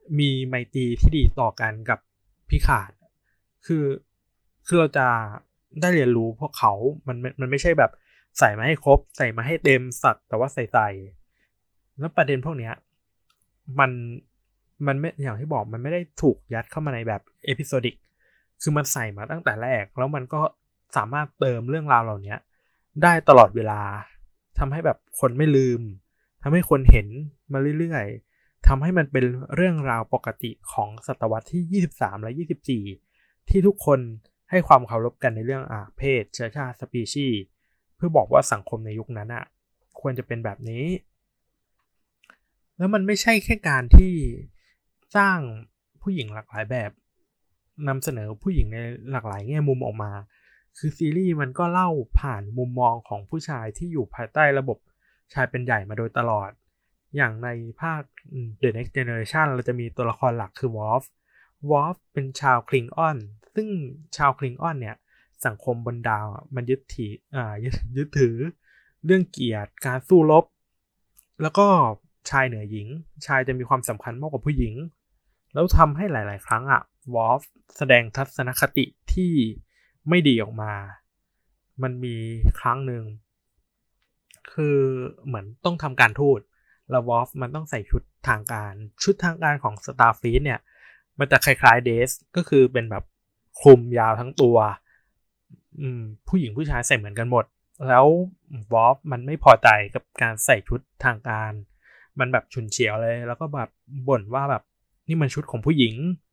มีไมตรีที่ดีต่อกันกับพิขาดคือคือเราจะได้เรียนรู้พวกเขามันมันไม่ใช่แบบใส่มาให้ครบใส่มาให้เต็มสักแต่ว่าใส่ใส่แล้วประเด็นพวกเนี้ยมันมันไม่อย่างที่บอกมันไม่ได้ถูกยัดเข้ามาในแบบเอพิโซดิกคือมันใส่มาตั้งแต่แรกแล้วมันก็สามารถเติมเรื่องราวเหล่านี้ได้ตลอดเวลาทำให้แบบคนไม่ลืมทำให้คนเห็นมาเรื่อยๆทำให้มันเป็นเรื่องราวปกติของศตวรรษที่ยี่สิบสามและยี่สิบสี่ที่ทุกคนให้ความเคารพกันในเรื่องอ่ะเพศเชื้อชาติสปีชีส์เพื่อบอกว่าสังคมในยุคนั้นอ่ะควรจะเป็นแบบนี้แล้วมันไม่ใช่แค่การที่สร้างผู้หญิงหลากหลายแบบนำเสนอผู้หญิงในหลากหลายแง่มุมออกมาคือซีรีส์มันก็เล่าผ่านมุมมองของผู้ชายที่อยู่ภายใต้ระบบชายเป็นใหญ่มาโดยตลอดอย่างในภาค The Next Generation เราจะมีตัวละครหลักคือ Worf Worf เป็นชาวคลิงออนซึ่งชาวคลิงออนเนี่ยสังคมบนดาวมันยึดถืออ่ายึดยึดถือเรื่องเกียรติการสู้รบแล้วก็ชายเหนือหญิงชายจะมีความสำคัญมากกว่าผู้หญิงแล้วทำให้หลายๆครั้งอ่ะ Worf แสดงทัศนคติที่ไม่ดีออกมามันมีครั้งหนึ่งคือเหมือนต้องทำการทูตแล้ว Worf มันต้องใส่ชุดทางการชุดทางการของ Starfleet เนี่ยมันจะคล้ายๆ Dress ก็คือเป็นแบบคลุมยาวทั้งตัวอืมผู้หญิงผู้ชายใส่เหมือนกันหมดแล้ว Worf มันไม่พอใจกับการใส่ชุดทางการมันแบบฉุนเฉียวเลยแล้วก็แบบบ่นว่าแบบนี่มันชุดของผู้หญิง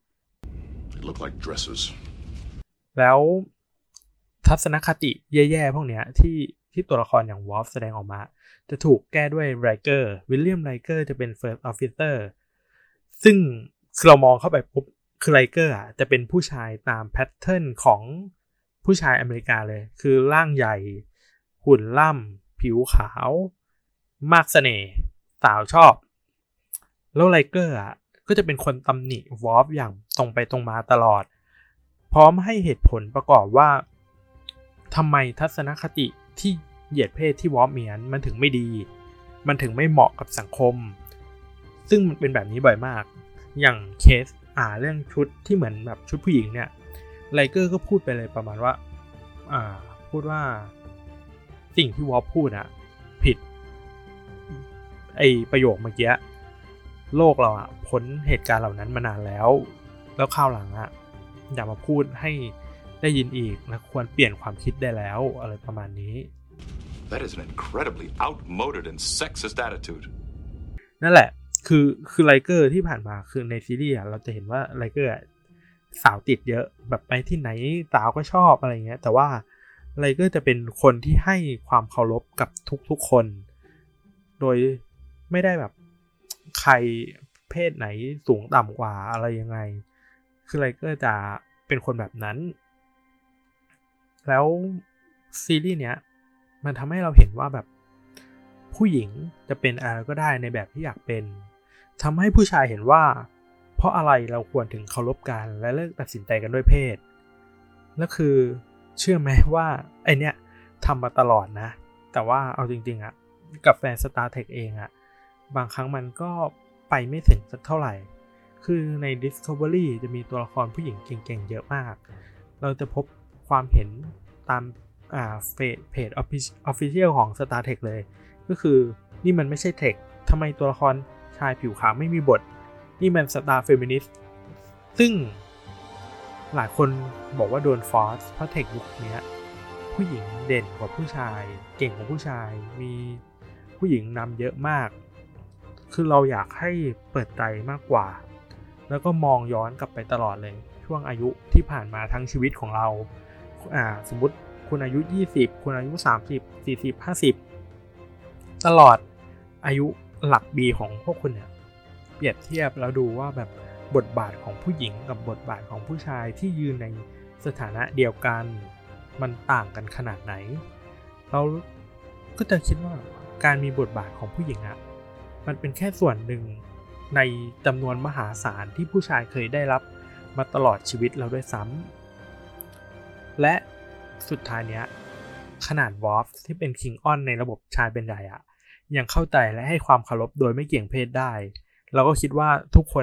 They look like dresses. แล้วทัศนคติแย่ๆพวกเนี้ยที่ที่ตัวละครอย่าง Worf แสดงออกมาจะถูกแก้ด้วยไรเกอร์วิลเลียมไรเกอร์จะเป็น First Officer ซึ่งเรามองเข้าไปปุ๊บคือไรเกอร์อ่ะจะเป็นผู้ชายตามแพทเทิร์นของผู้ชายอเมริกาเลยคือร่างใหญ่หุ่นล่ำผิวขาวมากเสน่ห์สาวชอบแล้วไรเกอร์อ่ะก็จะเป็นคนตำหนิ Worf อย่างตรงไปตรงมาตลอดพร้อมให้เหตุผลประกอบว่าทำไมทัศนคติที่เหยียดเพศที่ Worf มีนั้นมันถึงไม่ดีมันถึงไม่เหมาะกับสังคมซึ่งมันเป็นแบบนี้บ่อยมากอย่างเคสอ่าเรื่องชุดที่เหมือนแบบชุดผู้หญิงเนี่ยไลเกอร์ก็พูดไปเลยประมาณว่าอ่าพูดว่าสิ่งที่ Worf พูดอ่ะผิดไอประโยคเมื่อกี้โลกเราอ่ะพ้นเหตุการณ์เหล่านั้นมานานแล้วแล้วคราวหลังอ่ะอย่ามาพูดให้ได้ยินอีกนะควรเปลี่ยนความคิดได้แล้วอะไรประมาณนี้ That is an incredibly outmoded and sexist attitude. นั่นแหละคือคือไลเกอร์ที่ผ่านมาคือในซีรีส์เราจะเห็นว่าไลเกอร์สาวติดเยอะแบบไปที่ไหนสาวก็ชอบอะไรเงี้ยแต่ว่าไลเกอร์จะเป็นคนที่ให้ความเคารพกับทุกๆคนโดยไม่ได้แบบใครเพศไหนสูงต่ำกว่าอะไรยังไงคือไลเกอร์จะเป็นคนแบบนั้นแล้วซีรีส์เนี้ยมันทำให้เราเห็นว่าแบบผู้หญิงจะเป็นอะไรก็ได้ในแบบที่อยากเป็นทำให้ผู้ชายเห็นว่าเพราะอะไรเราควรถึงเคารพกันและเลิกตัดสินใจกันด้วยเพศแล้วคือเชื่อไหมว่าไอเนี้ยทำมาตลอดนะแต่ว่าเอาจริงๆอะกับแฟน Star Trek เองอะบางครั้งมันก็ไปไม่ถึงสักเท่าไหร่คือใน Discovery จะมีตัวละครผู้หญิงเก่งๆเยอะมากเราจะพบความเห็นตามอ่าเพจ Official ของ Star Trek เลยก็คือนี่มันไม่ใช่เทคทำไมตัวละครชายผิวขาวไม่มีบทนี่มัน Star Feminist ซึ่งหลายคนบอกว่าโดนฟอร์สเพราะเทคยุคนี้ผู้หญิงเด่นกว่าผู้ชายเก่งกว่าผู้ชายมีผู้หญิงนำเยอะมากคือเราอยากให้เปิดใจมากกว่าแล้วก็มองย้อนกลับไปตลอดเลยช่วงอายุที่ผ่านมาทั้งชีวิตของเราอ่าสมมุติคุณอายุยี่สิบคุณอายุสามสิบ สี่สิบ ห้าสิบตลอดอายุหลักบีของพวกคุณเนี่ยเปรียบเทียบแล้วดูว่าแบบบทบาทของผู้หญิงกับบทบาทของผู้ชายที่ยืนในสถานะเดียวกันมันต่างกันขนาดไหนเราก็จะคิดว่าการมีบทบาทของผู้หญิงอะมันเป็นแค่ส่วนหนึ่งในจำนวนมหาศาลที่ผู้ชายเคยได้รับมาตลอดชีวิตเราด้วยซ้ำและสุดท้ายเนี้ยขนาด Worf ที่เป็น King On ในระบบชายเป็นใหญ่อะยังเข้าใจและให้ความเคารพโดยไม่เกี่ยงเพศได้เราก็คิดว่าทุกคนอะ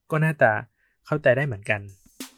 ก็น่าจะเข้าใจได้เหมือนกัน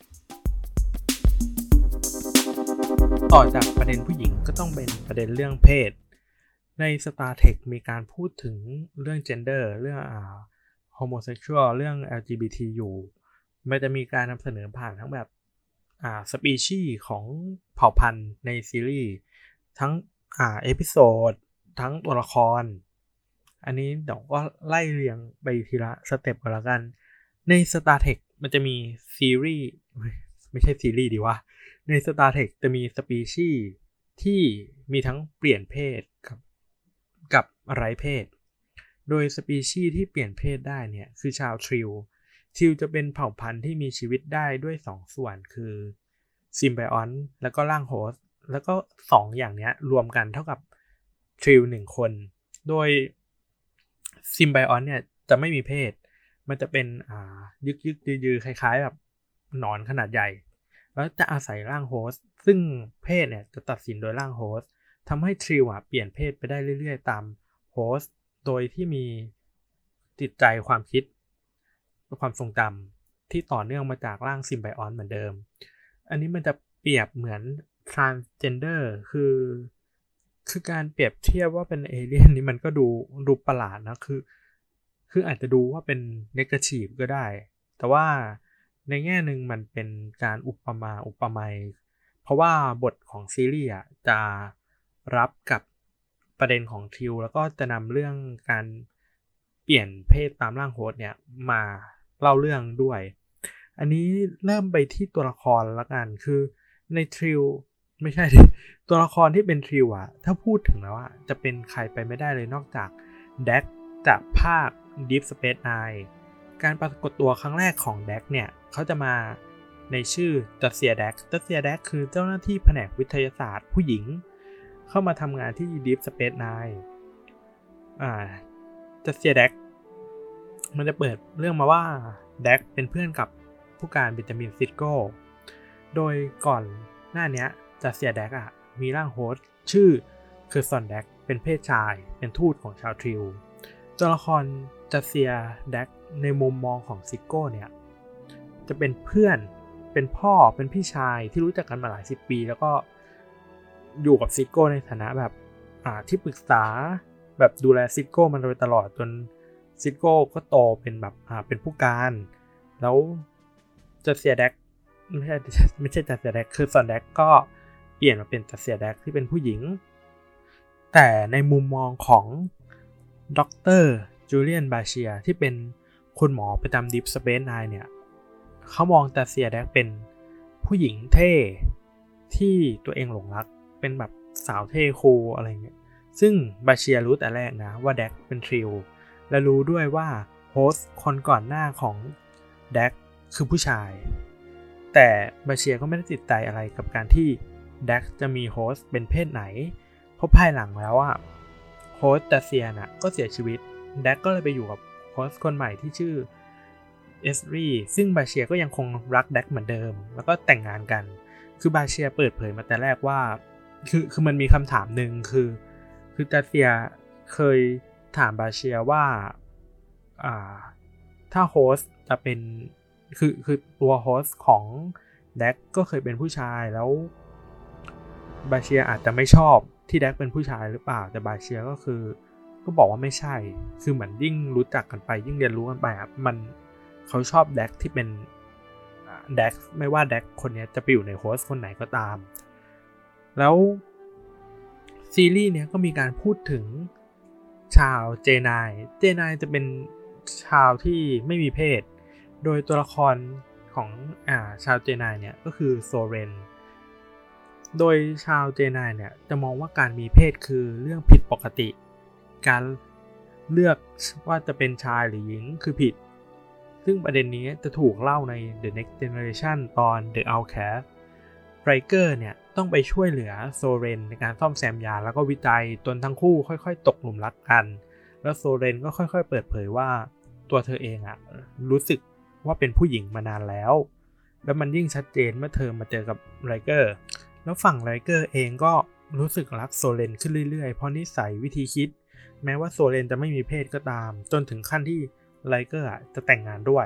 ต่อจากประเด็นผู้หญิงก็ต้องเป็นประเด็นเรื่องเพศใน Star Trek มีการพูดถึงเรื่อง gender เรื่องอ่า homosexual เรื่อง แอล จี บี ที อยู่มันจะมีการนำเสนอผ่านทั้งแบบอ่า species ของเผ่าพันธุ์ในซีรีส์ทั้งอ่าเอพิโซดทั้งตัวละครอันนี้เดี๋ยวก็ไล่เรียงไปทีละสเต็ปกันแล้วกันใน Star Trek มันจะมีซีรีส์ไม่ใช่ซีรีส์ดีวะใน Star Trek จะมีสปีชีส์ที่มีทั้งเปลี่ยนเพศกับกับไร้เพศโดยสปีชีส์ที่เปลี่ยนเพศได้เนี่ยคือชาวทริลทริลจะเป็นเผ่าพันธุ์ที่มีชีวิตได้ด้วยสองส่วนคือซิมไบออนแล้วก็ร่างโฮสต์แล้วก็สองอย่างเนี้ยรวมกันเท่ากับทริลหนึ่งคนโดยซิมไบออนเนี่ยจะไม่มีเพศมันจะเป็นอ่ายึกยึกยือๆคล้ายๆแบบหนอนขนาดใหญ่แล้วจะอาศัยร่างโฮสต์ซึ่งเพศเนี่ยจะตัดสินโดยร่างโฮสต์ทำให้ทริลอ่ะเปลี่ยนเพศไปได้เรื่อยๆตามโฮสต์โดยที่มีจิตใจความคิดความทรงจำที่ต่อเนื่องมาจากร่างซิมไบออนเหมือนเดิมอันนี้มันจะเปรียบเหมือน transgender คือคือการเปรียบเทียบว่าเป็นเอเลี่ยนนี่มันก็ดูดูประหลาดนะคือคืออาจจะดูว่าเป็น negative ก็ได้แต่ว่าในแง่หนึ่งมันเป็นการอุปมาอุปไมยเพราะว่าบทของซีรีส์จะรับกับประเด็นของทิวแล้วก็จะนำเรื่องการเปลี่ยนเพศตามร่างโฮสต์เนี่ยมาเล่าเรื่องด้วยอันนี้เริ่มไปที่ตัวละครละกันคือในทิวไม่ใช่ตัวละครที่เป็นทิวอ่ะถ้าพูดถึงแล้วอ่ะจะเป็นใครไปไม่ได้เลยนอกจากแดกจากภาค Deep Space Nine การปรากฏตัวครั้งแรกของแดกเนี่ยเขาจะมาในชื่อจัสเซียแดกจัสเซียแดกคือเจ้าหน้าที่แผนกวิทยาศาสตร์ผู้หญิงเข้ามาทำงานที่ Deep Space Nine อ่าจัสเซียแดกมันจะเปิดเรื่องมาว่าแดกเป็นเพื่อนกับผู้การเบนจามินซิสโก้โดยก่อนหน้านี้จัสเซียแดกอ่ะมีร่างโฮสต์ชื่อคือซอนแดกเป็นเพศชายเป็นทูตของชาวทริลตัวละครจัสเซียแดกในมุมมองของซิสโก้เนี่ยจะเป็นเพื่อนเป็นพ่อเป็นพี่ชายที่รู้จักกันมาหลายสิบปีแล้วก็อยู่กับซิสโก้ในฐานะแบบอ่าที่ปรึกษาแบบดูแลซิสโก้มาโดยตลอดจนซิสโก้ก็โตเป็นแบบอ่าเป็นผู้การแล้วจัสเซียแดกไม่ใช่ไม่ใช่จัสเซียแดกคือซอนแดกก็เปลี่ยนมาเป็นจัสเซียแดกที่เป็นผู้หญิงแต่ในมุมมองของดร.จูเลียนบาเชียที่เป็นคุณหมอประจำ Deep Space Nine เนี่ยเขามองจัสเซียแดกเป็นผู้หญิงเท่ที่ตัวเองหลงรักเป็นแบบสาวเท่คูลอะไรเงี้ยซึ่งบาเชียรู้แต่แรกนะว่าแดกเป็นทริลและรู้ด้วยว่าโฮสต์คนก่อนหน้าของแดกคือผู้ชายแต่บาเชียก็ไม่ได้ติดใจอะไรกับการที่แดกจะมีโฮสต์เป็นเพศไหนเพราะภายหลังแล้วอ่ะโฮสต์จัสเซียน่ะก็เสียชีวิตแดกก็เลยไปอยู่กับโฮสต์คนใหม่ที่ชื่อเอสรีซึ่งบาเชียก็ยังคงรักแดกเหมือนเดิมแล้วก็แต่งงานกันคือบาเชียเปิดเผยมาแต่แรกว่าคือคือมันมีคำถามหนึ่งคือคือจัสเซียเคยถามบาเชียว่าอ่าถ้าโฮสต์จะเป็นคือคือตัวโฮสต์ของแดกก็เคยเป็นผู้ชายแล้วบาเชียอาจจะไม่ชอบที่แดกเป็นผู้ชายหรือเปล่าแต่บาเชียก็คือก็บอกว่าไม่ใช่คือเหมือนยิ่งรู้จักกันไปยิ่งเรียนรู้กันไปอ่ะมันเขาชอบแดกที่เป็นแดกไม่ว่าแดกคนนี้จะไปอยู่ในโฮสต์คนไหนก็ตามแล้วซีรีส์เนี้ยก็มีการพูดถึงชาวเจไนเจไนจะเป็นชาวที่ไม่มีเพศโดยตัวละครของอ่าชาวเจไนเนี่ยก็คือโซเรนโดยชาวเจไนเนี่ยจะมองว่าการมีเพศคือเรื่องผิดปกติการเลือกว่าจะเป็นชายหรือหญิงคือผิดซึ่งประเด็นนี้จะถูกเล่าใน The Next Generation ตอน The Outcast ไรเกอร์เนี่ยต้องไปช่วยเหลือโซเรนในการซ่อมแซมยานแล้วก็วิจัยจนทั้งคู่ค่อยๆตกหลุมรักกันแล้วโซเรนก็ค่อยๆเปิดเผยว่าตัวเธอเองอะรู้สึกว่าเป็นผู้หญิงมานานแล้วแล้วมันยิ่งชัดเจนเมื่อเธอมาเจอกับไรเกอร์แล้วฝั่งไรเกอร์เองก็รู้สึกรักโซเรนขึ้นเรื่อยๆเพราะนิสัยวิธีคิดแม้ว่าโซเรนจะไม่มีเพศก็ตามจนถึงขั้นที่ไรเกอร์จะแต่งงานด้วย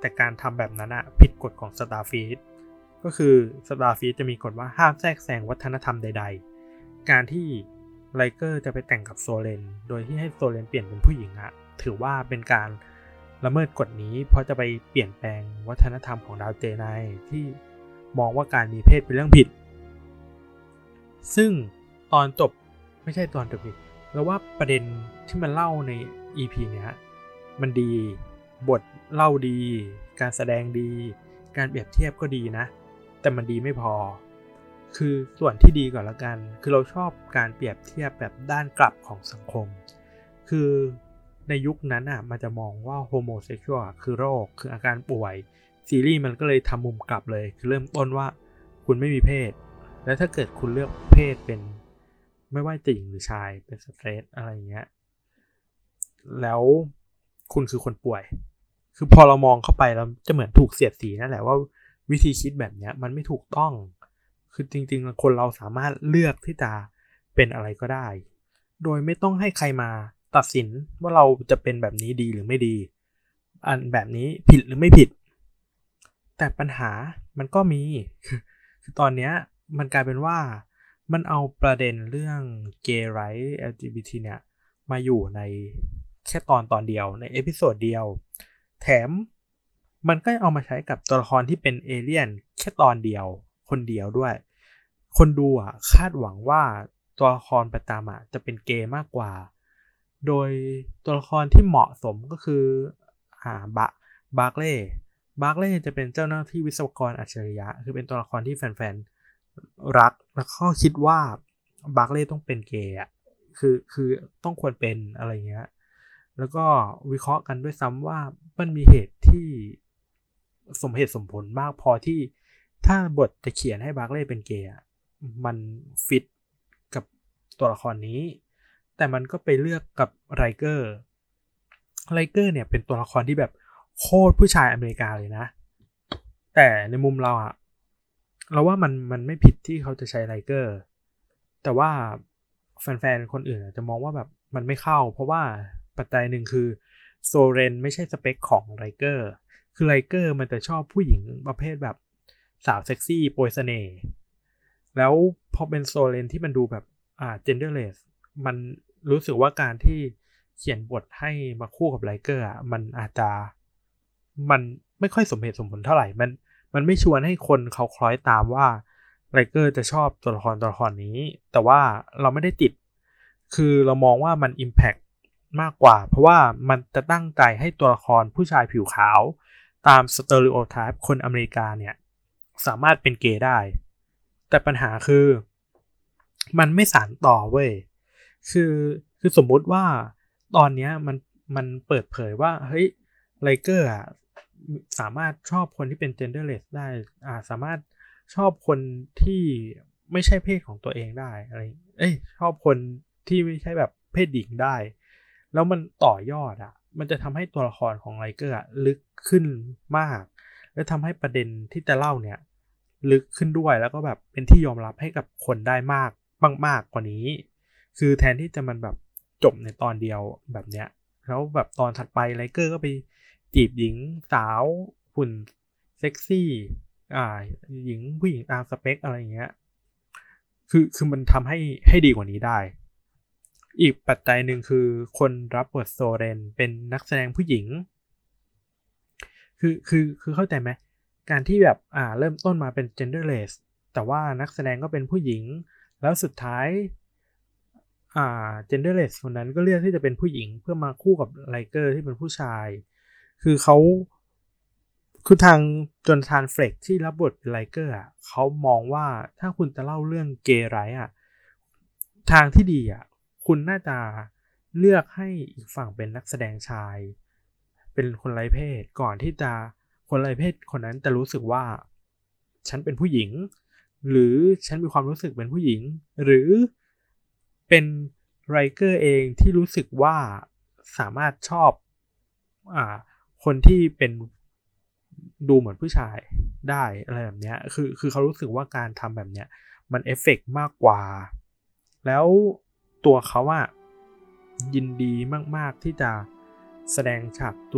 แต่การทำแบบนั้นอะผิดกฎของ Starfleet ก็คือ Starfleet จะมีกฎว่าห้ามแทรกแซงวัฒนธรรมใดๆการที่ไลเกอร์จะไปแต่งกับโซเลนโดยที่ให้โซเลนเปลี่ยนเป็นผู้หญิงอะถือว่าเป็นการละเมิดกฎนี้เพราะจะไปเปลี่ยนแปลงวัฒนธรรมของดาวเจไนที่มองว่าการมีเพศเป็นเรื่องผิดซึ่งตอนจบไม่ใช่ตอนจบดิแล้วว่าประเด็นที่มันเล่าใน อี พี เนี้ยมันดีบทเล่าดีการแสดงดีการเปรียบเทียบก็ดีนะแต่มันดีไม่พอคือส่วนที่ดีก่อนละกันคือเราชอบการเปรียบเทียบแบบด้านกลับของสังคมคือในยุคนั้นอ่ะมันจะมองว่าโฮโมเซ็กชวลคือโรคคืออาการป่วยซีรีส์มันก็เลยทำมุมกลับเลยคือเริ่มต้นว่าคุณไม่มีเพศแล้วถ้าเกิดคุณเลือกเพศเป็นไม่ว่าจะหญิงหรือชายเป็นสเตรทอะไรเงี้ยแล้วคุณคือคนป่วยคือพอเรามองเข้าไปแล้วจะเหมือนถูกเสียดสีนั่นแหละว่าวิธีคิดแบบนี้มันไม่ถูกต้องคือจริงๆคนเราสามารถเลือกที่จะเป็นอะไรก็ได้โดยไม่ต้องให้ใครมาตัดสินว่าเราจะเป็นแบบนี้ดีหรือไม่ดีอันแบบนี้ผิดหรือไม่ผิดแต่ปัญหามันก็มีคือตอนนี้มันกลายเป็นว่ามันเอาประเด็นเรื่องเกย์ไรท์ แอล จี บี ที เนี่ยมาอยู่ในแค่ตอนตอนเดียวในเอพิโซดเดียวแถมมันก็เอามาใช้กับตัวละครที่เป็นเอเลี่ยนแค่ตอนเดียวคนเดียวด้วยคนดูอ่ะคาดหวังว่าตัวละครประจำอ่ะจะเป็นเกย์มากกว่าโดยตัวละครที่เหมาะสมก็คืออ่าบะบาร์เล่บาร์เล่จะเป็นเจ้าหน้าที่วิศวกรอัจฉริยะคือเป็นตัวละครที่แฟนๆรักแล้วก็คิดว่าบาร์เล่ต้องเป็นเกย์อ่ะคือคือต้องควรเป็นอะไรเงี้ยแล้วก็วิเคราะห์กันด้วยซ้ำว่ามันมีเหตุที่สมเหตุสมผลมากพอที่ถ้าบทจะเขียนให้บาร์เล่เป็นเกย์มันฟิตกับตัวละครนี้แต่มันก็ไปเลือกกับไรเกอร์ไรเกอร์เนี่ยเป็นตัวละครที่แบบโคตรผู้ชายอเมริกาเลยนะแต่ในมุมเราอะเราว่ามันมันไม่ผิดที่เขาจะใช้ไรเกอร์แต่ว่าแฟนๆคนอื่นจะมองว่าแบบมันไม่เข้าเพราะว่าปัจจัยหนึ่งคือโซเรนไม่ใช่สเปคของไรเกอร์คือไรเกอร์มันจะชอบผู้หญิงประเภทแบบสาวเซ็กซี่โปรยเสน่ห์แล้วพอเป็นโซเรนที่มันดูแบบอ่า genderless มันรู้สึกว่าการที่เขียนบทให้มาคู่กับไรเกอร์อ่ะมันอาจจะมันไม่ค่อยสมเหตุสมผลเท่าไหร่มันมันไม่ชวนให้คนเขาคล้อยตามว่าไรเกอร์จะชอบตัวละครตัวละครนี้แต่ว่าเราไม่ได้ติดคือเรามองว่ามัน impact มากกว่าเพราะว่ามันจะตั้งใจให้ตัวละครผู้ชายผิวขาวตามสเตอริโอไทป์คนอเมริกาเนี่ยสามารถเป็นเกย์ได้แต่ปัญหาคือมันไม่สานต่อเว้ยคือคือสมมุติว่าตอนนี้มันมันเปิดเผยว่าเฮ้ยไลเกอร์อ่ะสามารถชอบคนที่เป็น genderless ได้อ่าสามารถชอบคนที่ไม่ใช่เพศของตัวเองได้อะไรเอ้ยชอบคนที่ไม่ใช่แบบเพศหญิงได้แล้วมันต่อยอดอ่ะมันจะทำให้ตัวละครของไลเกอร์อ่ะลึกขึ้นมากและทำให้ประเด็นที่จะเล่าเนี่ยลึกขึ้นด้วยแล้วก็แบบเป็นที่ยอมรับให้กับคนได้มากมากๆกว่านี้คือแทนที่จะมันแบบจบในตอนเดียวแบบเนี้ยแล้วแบบตอนถัดไปไลเกอร์ก็ไปจีบหญิงสาวหุ่นเซ็กซี่อ่าหญิงผู้หญิงตามสเปคอะไรอย่างเงี้ยคือคือมันทำให้ให้ดีกว่านี้ได้อีกปัจจัยหนึ่งคือคนรับบทโซเรนเป็นนักแสดงผู้หญิงคือคือคือเข้าใจไหมการที่แบบอ่าเริ่มต้นมาเป็น genderless แต่ว่านักแสดงก็เป็นผู้หญิงแล้วสุดท้ายอ่า genderless คนนั้นก็เลือกที่จะเป็นผู้หญิงเพื่อมาคู่กับไลเกอร์ที่เป็นผู้ชายคือเขาคือทางจนทานเฟรกที่รับบทเป็นไลเกอร์อ่ะเขามองว่าถ้าคุณจะเล่าเรื่องเกย์ไรท์อ่ะทางที่ดีอ่ะคุณน่าจะเลือกให้อีกฝั่งเป็นนักแสดงชายเป็นคนไร้เพศก่อนที่จะคนไร้เพศคนนั้นจะรู้สึกว่าฉันเป็นผู้หญิงหรือฉันมีความรู้สึกเป็นผู้หญิงหรือเป็นไรเกอร์เองที่รู้สึกว่าสามารถชอบอ่าคนที่เป็นดูเหมือนผู้ชายได้อะไรแบบเนี้ยคือคือเขารู้สึกว่าการทำแบบเนี้ยมันเอฟเฟกต์มากกว่าแล้วตัวเขาอะยินดีมากๆที่จะแสดงฉากจูบ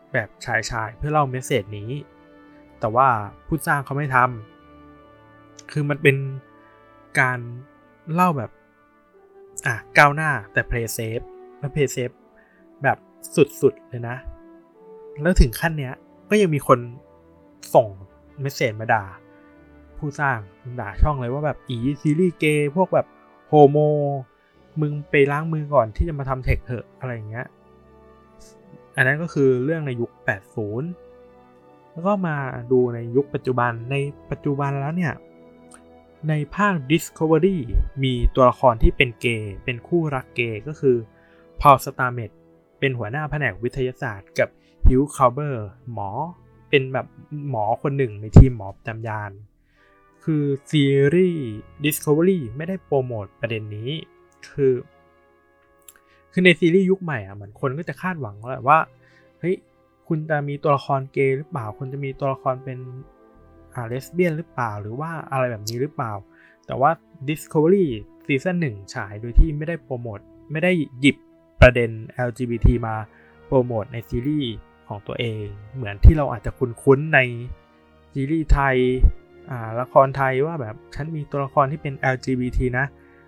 แบบฉายๆเพื่อเล่าเมสเสจนี้แต่ว่าผู้สร้างเขาไม่ทำคือมันเป็นการเล่าแบบอ่ะก้าวหน้าแต่ play safe และ play safe แบบสุดๆเลยนะแล้วถึงขั้นเนี้ยก็ยังมีคนส่งเมสเสจมาด่าผู้สร้างด่าช่องเลยว่าแบบอีซีรีส์เกย์พวกแบบโฮโมมึงไปล้างมือก่อนที่จะมาทำเทคเถอะอะไรอย่างเงี้ยอันนั้นก็คือเรื่องในยุคแปดสิบแล้วก็มาดูในยุคปัจจุบันในปัจจุบันแล้วเนี่ยในภาค Discovery มีตัวละครที่เป็นเกย์เป็นคู่รักเกย์ก็คือพอล สตาร์เมดเป็นหัวหน้าแผนกวิทยาศาสตร์กับฮิว คาลเบอร์หมอเป็นแบบหมอคนหนึ่งในทีมหมอประจำยานคือซีรีส์ Discovery ไม่ได้โปรโมทประเด็นนี้คือคือในซีรีส์ยุคใหม่อ่ะเหมือนคนก็จะคาดหวังว่าเฮ้ยคุณจะมีตัวละครเกย์หรือเปล่าคุณจะมีตัวละครเป็นอ่าเลสเบี้ยนหรือเปล่าหรือว่าอะไรแบบนี้หรือเปล่าแต่ว่า Discovery ซีซั่นหนึ่งฉายโดยที่ไม่ได้โปรโมทไม่ได้หยิบประเด็น แอล จี บี ที มาโปรโมทในซีรีส์ของตัวเองเหมือนที่เราอาจจะคุ้นๆในซีรีส์ไทยอ่าละครไทยว่าแบบฉันมีตัวละครที่เป็น แอล จี บี ที นะ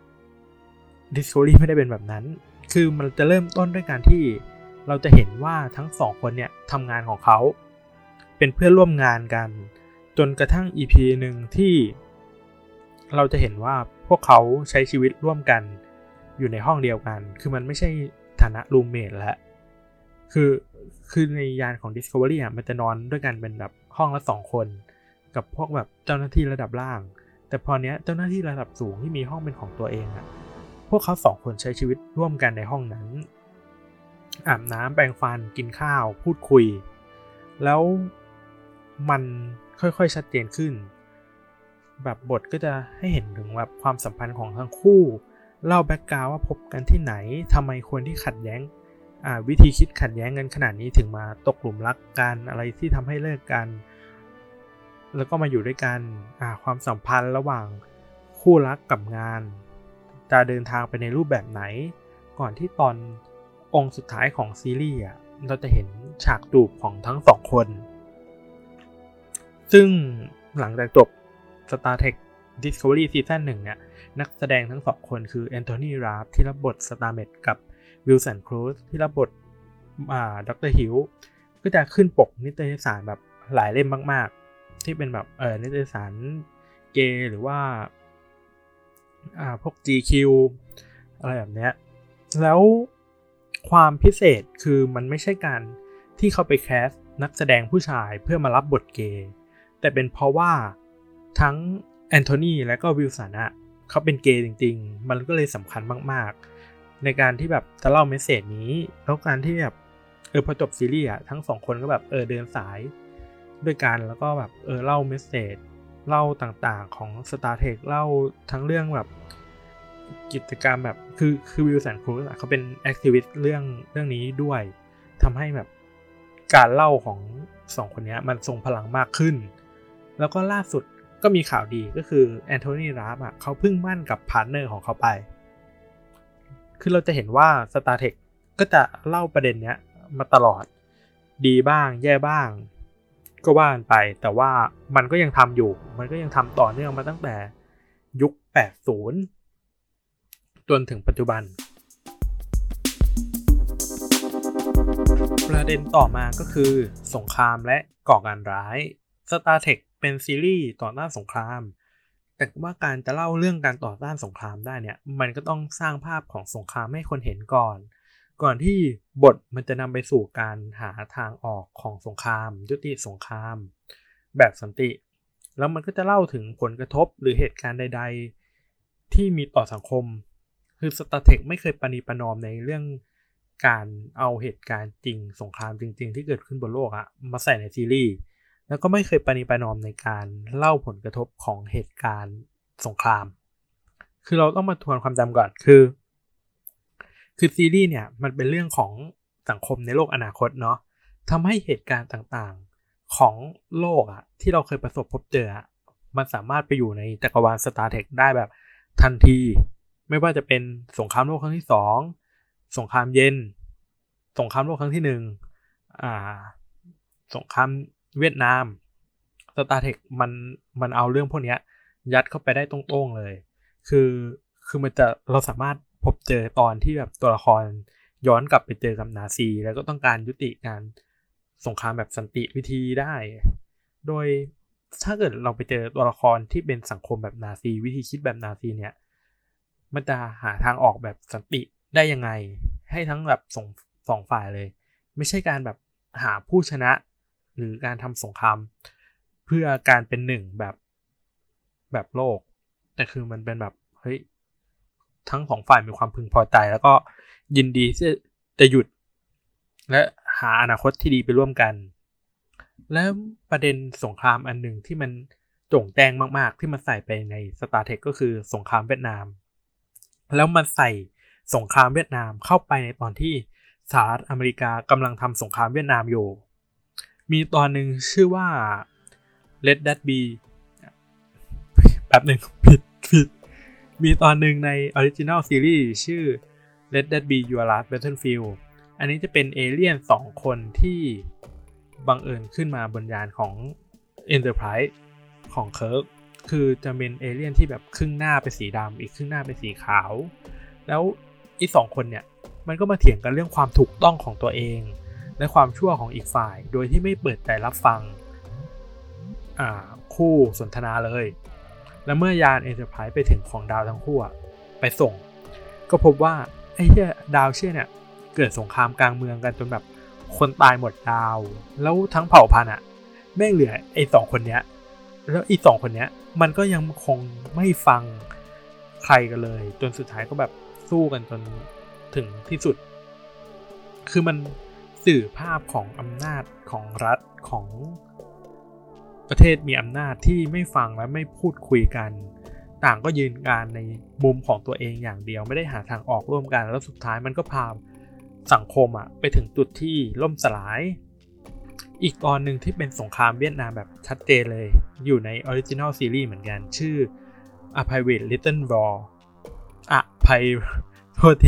Discovery ไม่ได้เป็นแบบนั้นคือมันจะเริ่มต้นด้วยการที่เราจะเห็นว่าทั้งสองคนเนี่ยทำงานของเขาเป็นเพื่อนร่วมงานกันจนกระทั่ง อี พี หนึ่งที่เราจะเห็นว่าพวกเขาใช้ชีวิตร่วมกันอยู่ในห้องเดียวกันคือมันไม่ใช่ฐานะรูมเมทแล้วคือคือในยานของ Discovery อ่ะมันจะนอนด้วยกันเป็นแบบห้องละสองคนกับพวกแบบเจ้าหน้าที่ระดับล่างแต่พอเนี้ยเจ้าหน้าที่ระดับสูงที่มีห้องเป็นของตัวเองอ่ะพวกเขาสองคนใช้ชีวิตร่วมกันในห้องนั้นอาบน้ำแปรงฟันกินข้าวพูดคุยแล้วมันค่อยๆชัดเจนขึ้นแบบบทก็จะให้เห็นถึงแบบความสัมพันธ์ของทั้งคู่เล่าแบ็กกราวด์ว่าพบกันที่ไหนทำไมคนที่ขัดแย้งอ่าวิธีคิดขัดแย้งกันขนาดนี้ถึงมาตกหลุมรักกันอะไรที่ทำให้เลิกกันแล้วก็มาอยู่ด้วยกันอ่าความสัมพันธ์ระหว่างคู่รักกับงานจะเดินทางไปในรูปแบบไหนก่อนที่ตอนองค์สุดท้ายของซีรีส์อ่ะเราจะเห็นฉากจูบของทั้งสองคนซึ่งหลังจากจบ Star Trek Discovery ซีซั่นหนึ่งเนี่ยนักแสดงทั้งสองคนคือแอนโทนีราฟที่รับบทสตาร์เมดกับวิลสันครูซที่รับบทอ่าดรฮิวก็จะขึ้นปกนิตยสารแบบหลายเล่มมากๆที่เป็นแบบเออนิตยสารเกย์หรือว่าอ่าพวก จี คิว อะไรแบบเนี้ยแล้วความพิเศษคือมันไม่ใช่การที่เขาไปแคสนักแสดงผู้ชายเพื่อมารับบทเกย์แต่เป็นเพราะว่าทั้งแอนโทนีและก็วิลสันอะเขาเป็นเกย์จริงๆมันก็เลยสำคัญมากๆในการที่แบบจะเล่าเมสเสจนี้แล้วการที่แบบเออพอจบซีรีส์อะทั้งสองคนก็แบบเออเดินสายด้วยกันแล้วก็แบบเออเล่าเมสเสจเล่าต่างๆของ Star Trek เล่าทั้งเรื่องแบบกิจกรรมแบบคือคือวิลสันครูซเขาเป็นแอคทิวิสต์เรื่องเรื่องนี้ด้วยทำให้แบบการเล่าของสองคนนี้มันทรงพลังมากขึ้นแล้วก็ล่าสุดก็มีข่าวดีก็คือแอนโทนีราฟอ่ะเขาเพิ่งมั่นกับพาร์ทเนอร์ของเขาไปคือเราจะเห็นว่า Star Trek ก็จะเล่าประเด็นเนี้ยมาตลอดดีบ้างแย่บ้างก็ว่ากันไปแต่ว่ามันก็ยังทำอยู่มันก็ยังทำต่อเนื่องมาตั้งแต่ยุคแปดสิบจนถึงปัจจุบันประเด็นต่อมาก็คือสงครามและก่อการร้าย Star Trek เป็นซีรีส์ต่อต้านสงครามแต่ว่าการจะเล่าเรื่องการต่อต้านสงครามได้เนี่ยมันก็ต้องสร้างภาพของสงครามให้คนเห็นก่อนก่อนที่บทมันจะนำไปสู่การหาทางออกของสงครามยุติสงครามแบบสันติแล้วมันก็จะเล่าถึงผลกระทบหรือเหตุการณ์ใดๆที่มีต่อสังคมคือ Star Trek ไม่เคยปณีประนอมในเรื่องการเอาเหตุการณ์จริงสงครามจริงๆที่เกิดขึ้นบนโลกอะมาใส่ในซีรีส์แล้วก็ไม่เคยปณีประนอมในการเล่าผลกระทบของเหตุการณ์สงครามคือเราต้องมาทวนความจำก่อนคือคือซีรีส์เนี่ยมันเป็นเรื่องของสังคมในโลกอนาคตเนาะทำให้เหตุการณ์ต่างๆของโลกอะที่เราเคยประสบพบเจออะมันสามารถไปอยู่ในจักรวาล Star Trek ได้แบบทันทีไม่ว่าจะเป็นสงครามโลกครั้งที่สองสงครามเย็นสงครามโลกครั้งที่หนึ่งอ่าสงครามเวียดนาม Star Trek มันมันเอาเรื่องพวกนี้ยัดเข้าไปได้ตรงๆเลยคือคือมันจะเราสามารถพบเจอตอนที่แบบตัวละครย้อนกลับไปเจอกับนาซีแล้วก็ต้องการยุติการสงครามแบบสันติวิธีได้โดยถ้าเกิดเราไปเจอตัวละครที่เป็นสังคมแบบนาซีวิธีคิดแบบนาซีเนี่ยมันจะหาทางออกแบบสันติได้ยังไงให้ทั้งแบบสองสองฝ่ายเลยไม่ใช่การแบบหาผู้ชนะหรือการทำสงครามเพื่อการเป็นหนึ่งแบบแบบโลกแต่คือมันเป็นแบบเฮ้ยทั้งสองฝ่ายมีความพึงพอใจแล้วก็ยินดีที่จะหยุดและหาอนาคตที่ดีไปร่วมกันแล้วประเด็นสงครามอันหนึ่งที่มันโจ่งแจ้งมากๆที่มันใส่ไปใน Star Trek ก็คือสงครามเวียดนามแล้วมันใส่สงครามเวียดนามเข้าไปในตอนที่สหรัฐอเมริกากำลังทำสงครามเวียดนามอยู่มีตอนหนึ่งชื่อว่า Let That Be แป๊บหนึ่งผิดผิดมีตอนหนึ่งใน Original Series ชื่อ Let That Be Your Last Battlefield อันนี้จะเป็นเอเลี่ยนสองคนที่บังเอิญขึ้นมาบนยานของ Enterprise ของเคิร์กคือจะเป็นเอเลี่ยนที่แบบครึ่งหน้าเป็นสีดำอีกครึ่งหน้าเป็นสีขาวแล้วอีสองคนเนี่ยมันก็มาเถียงกันเรื่องความถูกต้องของตัวเองและความชั่วของอีกฝ่ายโดยที่ไม่เปิดใจรับฟังอ่าคู่สนทนาเลยและเมื่อยาน Enterprise ไปถึงของดาวทั้งคู่ไปส่งก็พบว่าไอ้เหี้ยดาวเชี่ยเนี่ยเกิดสงครามกลางเมืองกันจนแบบคนตายหมดดาวแล้วทั้งเผ่าพันธุ์อ่ะแม่งเหลือไอ้สองคนเนี้ยแล้วอีสองคนเนี้ยมันก็ยังคงไม่ฟังใครกันเลยจนสุดท้ายก็แบบสู้กันจนถึงที่สุดคือมันสื่อภาพของอำนาจของรัฐของประเทศมีอำนาจที่ไม่ฟังและไม่พูดคุยกันต่างก็ยืนการในมุมของตัวเองอย่างเดียวไม่ได้หาทางออกร่วมกันแล้วสุดท้ายมันก็พาสังคมอะไปถึงจุดที่ล่มสลายอีกตอนหนึ่งที่เป็นสงครามเวียดนามแบบชัดเจนเลยอยู่ใน Original Series เหมือนกันชื่อ A Private Little War อะไพโทษที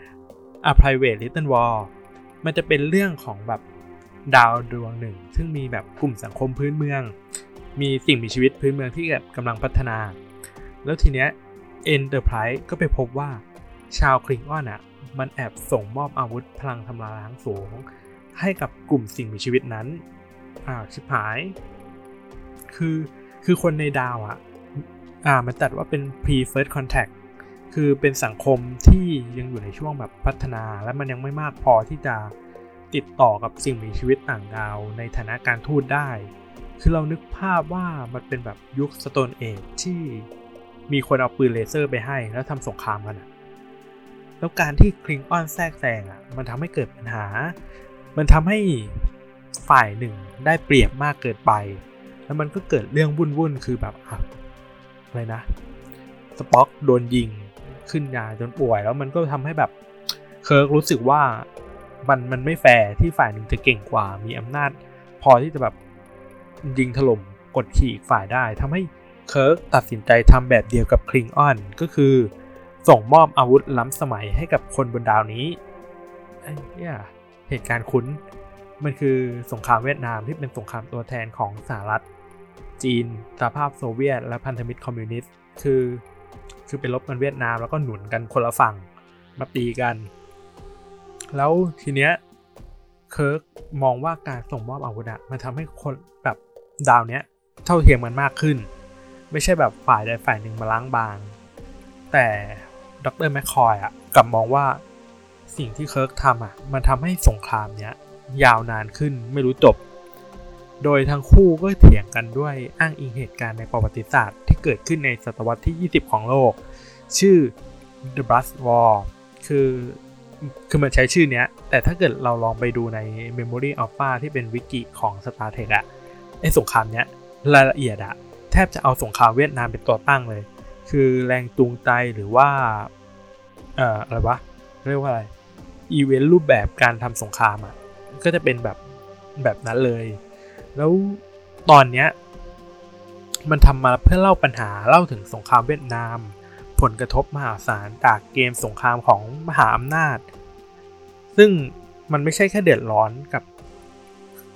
A Private Little War มันจะเป็นเรื่องของแบบดาวดวงหนึ่งซึ่งมีแบบกลุ่มสังคมพื้นเมืองมีสิ่งมีชีวิตพื้นเมืองที่แบบกำลังพัฒนาแล้วทีเนี้ย Enterprise ก็ไปพบว่าชาวคลิงออนอ่ะมันแอบส่งมอบอาวุธพลังทำลายล้างสูงให้กับกลุ่มสิ่งมีชีวิตนั้นอ้าวชิบหายคือคือคนในดาวอ่ะอ่ามันจัดว่าเป็น pre first contact คือเป็นสังคมที่ยังอยู่ในช่วงแบบพัฒนาและมันยังไม่มากพอที่จะติดต่อกับสิ่งมีชีวิตต่างดาวในฐานะการทูตได้คือเรานึกภาพว่ามันเป็นแบบยุค Stone Age ที่มีคนเอาปืนเลเซอร์ไปให้แล้วทำสงครามกันอ่ะแล้วการที่คลิงออนแทรกแซงอ่ะมันทำให้เกิดปัญหามันทำให้ฝ่ายหนึ่งได้เปรียบมากเกินไปแล้วมันก็เกิดเรื่องวุ่นๆคือแบบอะไรนะสป็อกโดนยิงขึ้นยาจนป่วยแล้วมันก็ทำให้แบบเคิร์กรู้สึกว่ามันมันไม่แฟร์ที่ฝ่ายหนึ่งจะเก่งกว่ามีอำนาจพอที่จะแบบยิงถล่มกดขี่อีกฝ่ายได้ทำให้เคิร์กตัดสินใจทำแบบเดียวกับคลิงออนก็คือส่งมอบอาวุธล้ำสมัยให้กับคนบนดาวนี้ไอ้เนี่ยเหตุการณ์คุ้นมันคือสงครามเวียดนามที่เป็นสงครามตัวแทนของสหรัฐจีนสหภาพโซเวียตและพันธมิตรคอมมิวนิสต์คือคือเป็นรบกันเวียดนามแล้วก็หนุนกันคนละฝั่งมาตีกันแล้วทีเนี้ยเคิร์กมองว่าการส่งมอบอาวุธอะมันทำให้คนแบบดาวเนี้ยเท่าเทียมกันมากขึ้นไม่ใช่แบบฝ่ายใดฝ่ายหนึ่งมาล้างบางแต่ดร.แมคคอยอ่ะกลับมองว่าสิ่งที่เคิร์กทำอ่ะมันทำให้สงครามเนี้ยยาวนานขึ้นไม่รู้จบโดยทั้งคู่ก็เถียงกันด้วยอ้างอิงเหตุการณ์ในประวัติศาสตร์ที่เกิดขึ้นในศตวรรษที่ยี่สิบของโลกชื่อ The Blood War คือคือมันใช้ชื่อเนี้ยแต่ถ้าเกิดเราลองไปดูใน Memory Alpha ที่เป็นวิกิของ Star Trek อ่ะไอ้สงครามเนี้ยรายละเอียดอ่ะแทบจะเอาสงครามเวียดนามเป็นตัวตั้งเลยคือแรงจูงใจหรือว่าเอ่ออะไรวะเรียกว่าอะไรอีเวนต์รูปแบบการทำสงครามอ่ะก็จะเป็นแบบแบบนั้นเลยแล้วตอนเนี้ยมันทำมาเพื่อเล่าปัญหาเล่าถึงสงครามเวียดนามผลกระทบมหาศาลจากเกมสงครามของมหาอำนาจซึ่งมันไม่ใช่แค่เดือดร้อนกับ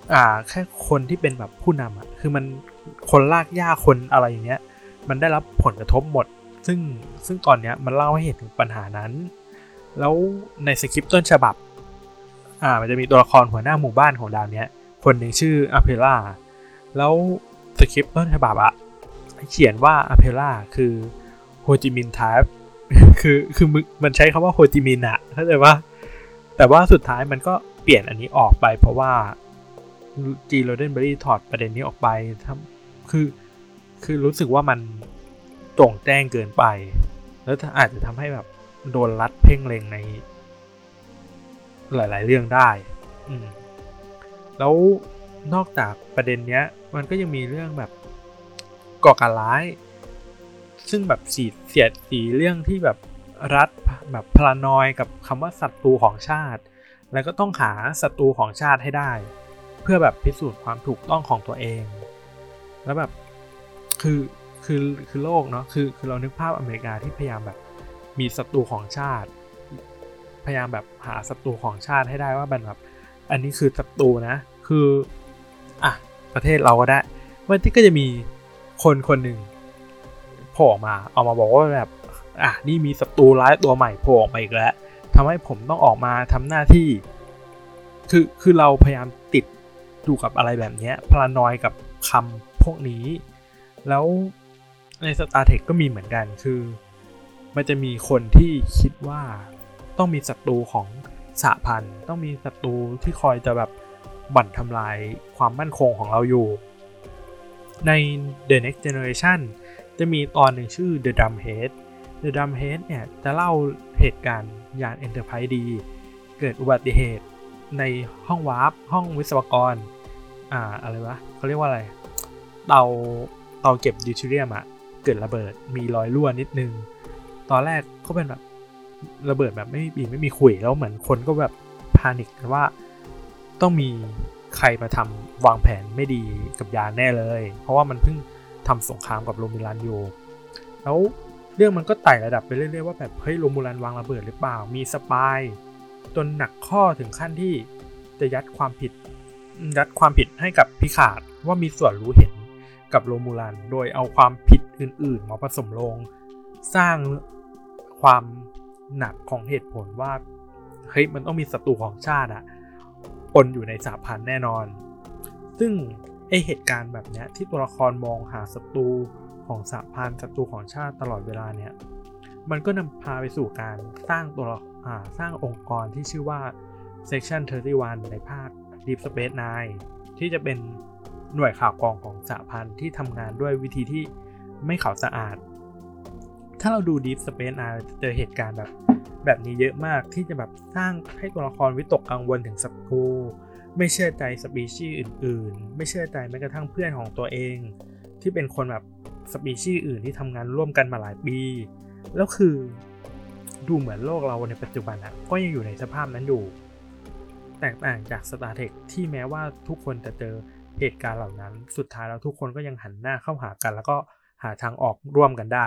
อ่าแค่คนที่เป็นแบบผู้นำอ่ะคือมันคนลากย่าคนอะไรอย่างเงี้ยมันได้รับผลกระทบหมดซึ่งซึ่งตอนเนี้ยมันเล่าให้เห็นถึงปัญหานั้นแล้วในสคริปต์ต้นฉบับอ่ามันจะมีตัวละครหัวหน้าหมู่บ้านของดาวเนี้ยคนหนึ่งชื่ออเพล่าแล้วสคริปต์ต้นฉบับอ่ะเขียนว่าอเพล่าคือโฮจิมินห์ไทป์คือคือมันใช้คำว่าโฮจิมินห์อะเข้าใจป่ะแต่ว่าสุดท้ายมันก็เปลี่ยนอันนี้ออกไปเพราะว่าจีโรเดนเบอรี่ถอดประเด็นนี้ออกไปทำคือคือรู้สึกว่ามันตรงแจ้งเกินไปแล้วอาจจะทำให้แบบโดนรัดเพ่งเล็งในหลายๆเรื่องได้อืมแล้วนอกจากประเด็นเนี้ยมันก็ยังมีเรื่องแบบก่อการร้ายซึ่งแบบสีเสียดสีเรื่องที่แบบรัฐแบบพารานอยกับคำว่าศัตรูของชาติแล้วก็ต้องหาศัตรูของชาติให้ได้เพื่อแบบพิสูจน์ความถูกต้องของตัวเองแล้วแบบคือคือคือโลกเนาะคือคือเรานึกภาพอเมริกาที่พยายามแบบมีศัตรูของชาติพยายามแบบหาศัตรูของชาติให้ได้ว่ามันแบบอันนี้คือศัตรูนะคืออ่ะประเทศเราก็ได้วันที่ก็จะมีคนคนหนึ่งโผล่มาเอามาบอกว่าแบบอ่ะนี่มีศัตรูร้ายตัวใหม่โผล่ออกมาอีกแล้วทำให้ผมต้องออกมาทำหน้าที่คือคือเราพยายามติดอยู่กับอะไรแบบนี้พารานอยกับคำพวกนี้แล้วใน Star Trek ก็มีเหมือนกันคือมันจะมีคนที่คิดว่าต้องมีศัตรูของสหพันธ์ต้องมีศัตรูที่คอยจะแบบบั่นทำลายความมั่นคงของเราอยู่ใน The Next Generation จะมีตอนหนึ่งชื่อ The Drumhead The Drumhead เนี่ยจะเล่าเหตุการณ์ยาน Enterprise ดีเกิดอุบัติเหตุในห้องวาร์ปห้องวิศวกรอ่าอะไรวะเขาเรียกว่าอะไรเตาเตาเก็บดิวเทเรียมอะเกิดระเบิดมีรอยรั่วนิดนึงตอนแรกก็เป็นแบบระเบิดแบบไม่มีปีไม่มีขุยแล้วเหมือนคนก็แบบพานิคว่าต้องมีใครมาทำวางแผนไม่ดีกับยานแน่เลยเพราะว่ามันเพิ่งทำสงครามกับโรมูลันอยู่แล้วเรื่องมันก็ไต่ระดับไปเรื่อยๆว่าแบบเฮ้ยโรมูลันวางระเบิดหรือเปล่ามีสปายจนหนักข้อถึงขั้นที่จะยัดความผิดยัดความผิดให้กับพิคาร์ดว่ามีส่วนรู้เห็นกับโรมูลันโดยเอาความผิดอื่นๆมาผสมลงสร้างความหนักของเหตุผลว่าเฮ้ยมันต้องมีศัตรูของชาติอะปนอยู่ในสหพันธ์แน่นอนซึ่งไอเหตุการณ์แบบเนี้ยที่ตัวละครมองหาศัตรูของสหพันธ์ศัตรูของชาติตลอดเวลาเนี่ยมันก็นำพาไปสู่การสร้างตัวอ่าสร้างองค์กรที่ชื่อว่า Section สามสิบเอ็ด ในภาค Deep Space Nine ที่จะเป็นหน่วยข่าวกรองของสหพันธ์ที่ทำงานด้วยวิธีที่ไม่ขาวสะอาดถ้าเราดู Deep Space Nine จะเจอเหตุการณ์แบบแบบนี้เยอะมากที่จะแบบสร้างให้ตัวละครวิตกกังวลถึงศัตรูไม่เชื่อใจสปีชีส์อื่นๆไม่เชื่อใจแม้กระทั่งเพื่อนของตัวเองที่เป็นคนแบบสปีชีส์อื่นที่ทำงานร่วมกันมาหลายปีแล้วคือดูเหมือนโลกเราในปัจจุบันนะก็ยังอยู่ในสภาพนั้นอยู่แตกต่างจาก Star Trek ที่แม้ว่าทุกคนจะเจอเหตุการณ์เหล่านั้นสุดท้ายแล้วทุกคนก็ยังหันหน้าเข้าหากันแล้วก็หาทางออกร่วมกันได้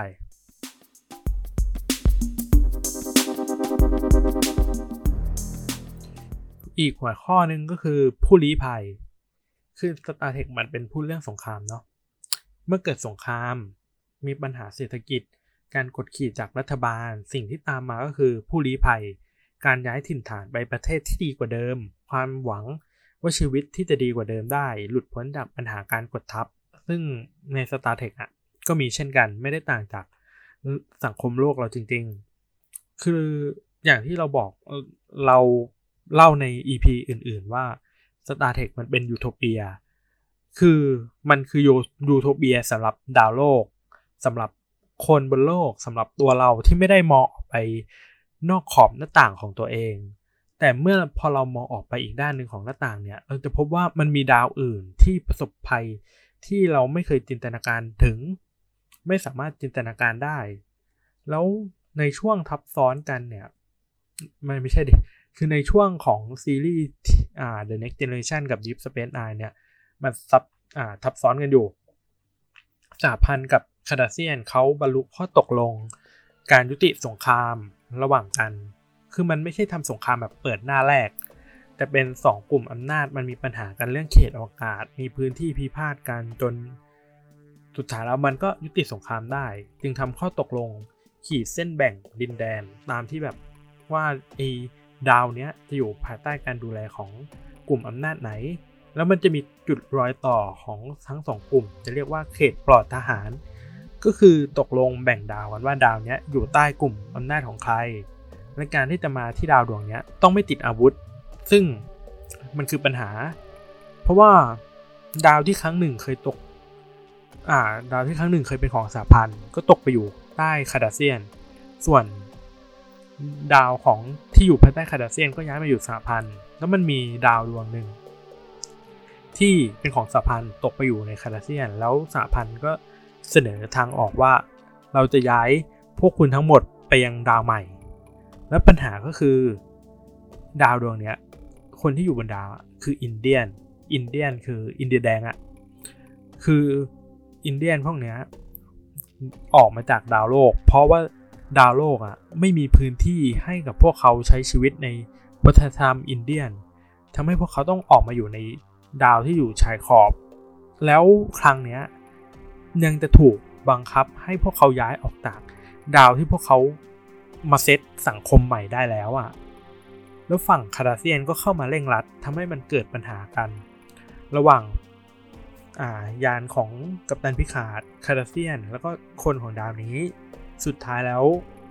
อีกหัวข้อนึงก็คือผู้ลี้ภัยคือ Star Trek มันเป็นพูดเรื่องสงครามเนาะเมื่อเกิดสงครามมีปัญหาเศรษฐกิจการกดขี่จากรัฐบาลสิ่งที่ตามมาก็คือผู้ลี้ภัยการย้ายถิ่นฐานไปประเทศที่ดีกว่าเดิมความหวังว่าชีวิตที่จะดีกว่าเดิมได้หลุดพ้นจากปัญหาการกดทับซึ่งใน Star Trek อ่ะก็มีเช่นกันไม่ได้ต่างจากสังคมโลกเราจริงๆคืออย่างที่เราบอกเราเล่าใน อี พี อื่นๆว่า Star Trek มันเป็นยูโทเปียคือมันคือยูโทเปียสำหรับดาวโลกสำหรับคนบนโลกสำหรับตัวเราที่ไม่ได้มองออกไปนอกขอบหน้าต่างของตัวเองแต่เมื่อพอเรามองออกไปอีกด้านหนึ่งของหน้าต่างเนี่ยเราจะพบว่ามันมีดาวอื่นที่ประสบภัยที่เราไม่เคยจินตนาการถึงไม่สามารถจินตนาการได้แล้วในช่วงทับซ้อนกันเนี่ยมันไม่ใช่ดิคือในช่วงของซีรีส์อ่า The Next Generation กับ Deep Space Nine เนี่ยมันซับอ่าทับซ้อนกันอยู่สหพันธ์กับคาร์ดาเซียนเขาบรรลุข้อตกลงการยุติสงครามระหว่างกันคือมันไม่ใช่ทำสงครามแบบเปิดหน้าแรกแต่เป็นสองกลุ่มอำนาจมันมีปัญหากันเรื่องเขตอวกาศมีพื้นที่พิพาทกันจนสุดท้ายแล้วมันก็ยุติสงครามได้จึงทำข้อตกลงขีดเส้นแบ่งดินแดนตามที่แบบว่าไอ้ดาวเนี้ยจะอยู่ภายใต้การดูแลของกลุ่มอำนาจไหนแล้วมันจะมีจุดรอยต่อของทั้งสองกลุ่มจะเรียกว่าเขตปลอดทหารก็คือตกลงแบ่งดาวกันว่าดาวเนี้ยอยู่ใต้กลุ่มอำนาจของใครและการที่จะมาที่ดาวดวงนี้ต้องไม่ติดอาวุธซึ่งมันคือปัญหาเพราะว่าดาวที่ครั้งหนึ่งเคยตกอ่าดาวที่ครั้งหนึ่งเคยเป็นของสหพันธ์ก็ตกไปอยู่ใต้คาดาเซียนส่วนดาวของที่อยู่ภายใต้คาดาเซียนก็ย้ายมาอยู่สหพันธ์แล้วมันมีดาวดวงหนึ่งที่เป็นของสหพันธ์ตกไปอยู่ในคาดาเซียนแล้วสหพันธ์ก็เสนอทางออกว่าเราจะย้ายพวกคุณทั้งหมดไปยังดาวใหม่และปัญหาก็คือดาวดวงเนี้ยคนที่อยู่บนดาวคืออินเดียนอินเดียนคืออินเดียแดงอ่ะคืออินเดียนพวกเนี้ยออกมาจากดาวโลกเพราะว่าดาวโลกอ่ะไม่มีพื้นที่ให้กับพวกเขาใช้ชีวิตในวัฒนธรรมอินเดียนทำให้พวกเขาต้องออกมาอยู่ในดาวที่อยู่ชายขอบแล้วครั้งเนี้ยยังจะถูกบังคับให้พวกเขาย้ายออกจากดาวที่พวกเขามาเซตสังคมใหม่ได้แล้วอ่ะแล้วฝั่งคาดาเซียนก็เข้ามาเร่งรัดทำให้มันเกิดปัญหากันระหว่างอ่ายานของกัปตันพิคาร์ดคาดาเซียนแล้วก็คนของดาวนี้สุดท้ายแล้ว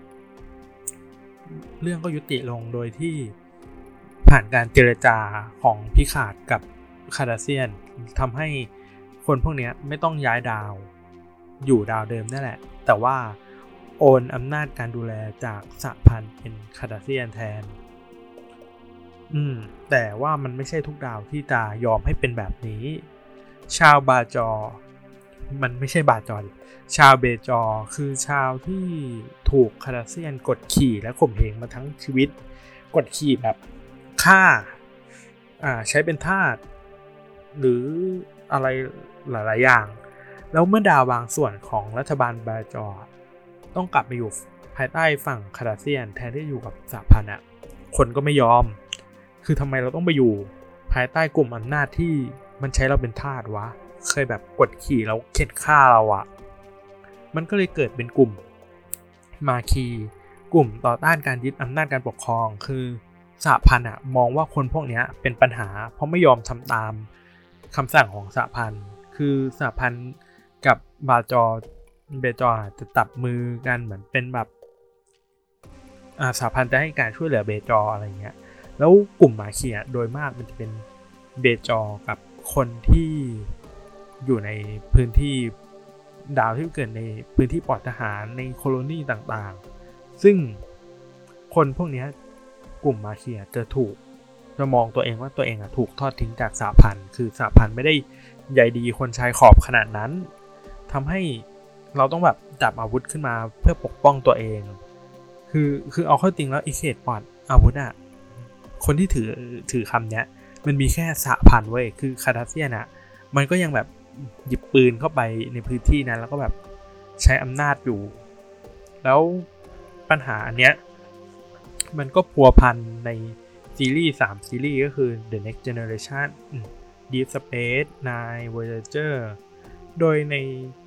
เรื่องก็ยุติลงโดยที่ผ่านการเจรจาของพิคาร์ดกับคาดาเซียนทำให้คนพวกนี้ไม่ต้องย้ายดาวอยู่ดาวเดิมนั่นแหละแต่ว่าโอนอำนาจการดูแลจากสหพันธ์เป็นคาดาเซียนแทนอืมแต่ว่ามันไม่ใช่ทุกดาวที่จะยอมให้เป็นแบบนี้ชาวบาจอมันไม่ใช่บาจอชาวเบจอคือชาวที่ถูกคาดาเซียนกดขี่และข่มเหงมาทั้งชีวิตกดขี่แบบฆ่าอ่าใช้เป็นทาสหรืออะไรหลายๆอย่างแล้วเมื่อดาวบางส่วนของรัฐบาลบาจอต้องกลับไปอยู่ภายใต้ฝั่งคาดาเซียนแทนที่อยู่กับสหพันธ์อ่ะคนก็ไม่ยอมคือทำไมเราต้องไปอยู่ภายใต้กลุ่มอำนาจที่มันใช้เราเป็นทาสวะเคยแบบกดขี่แล้วเข็นฆ่าเราอ่ะมันก็เลยเกิดเป็นกลุ่มมาคีกลุ่มต่อต้านการยึดอำนาจการปกครองคือสหพันธ์อ่ะมองว่าคนพวกนี้เป็นปัญหาเพราะไม่ยอมทำตามคำสั่งของสหพันธ์คือสหพันธ์กับบาจอเบจอจะจับมือกันเหมือนเป็นแบบอ่าสหพันธ์จะให้การช่วยเหลือเบจออะไรเงี้ยแล้วกลุ่มมาคีโดยมากมันจะเป็นเบจอกับคนที่อยู่ในพื้นที่ดาวที่เกิดในพื้นที่ปลอดทหารในโคโลนีต่างๆซึ่งคนพวกนี้กลุ่มมาคีจะถูกจะมองตัวเองว่าตัวเองถูกทอดทิ้งจากสหพันธ์คือสหพันธ์ไม่ได้ใยดีคนชายขอบขนาดนั้นทำให้เราต้องแบบจับอาวุธขึ้นมาเพื่อปกป้องตัวเองคือคือเอาเข้าจริงแล้วไอ้เขตปลอดอาวุธอ่ะคนที่ถือถือคำเนี้ยมันมีแค่สหพันธ์เว้ยคือคาดาเซียนอ่ะมันก็ยังแบบหยิบปืนเข้าไปในพื้นที่นั้นแล้วก็แบบใช้อำนาจอยู่แล้วปัญหาอันเนี้ยมันก็พัวพันในซีรีส์สามซีรีส์ก็คือ The Next Generation Deep Space Nine Voyager โดยใน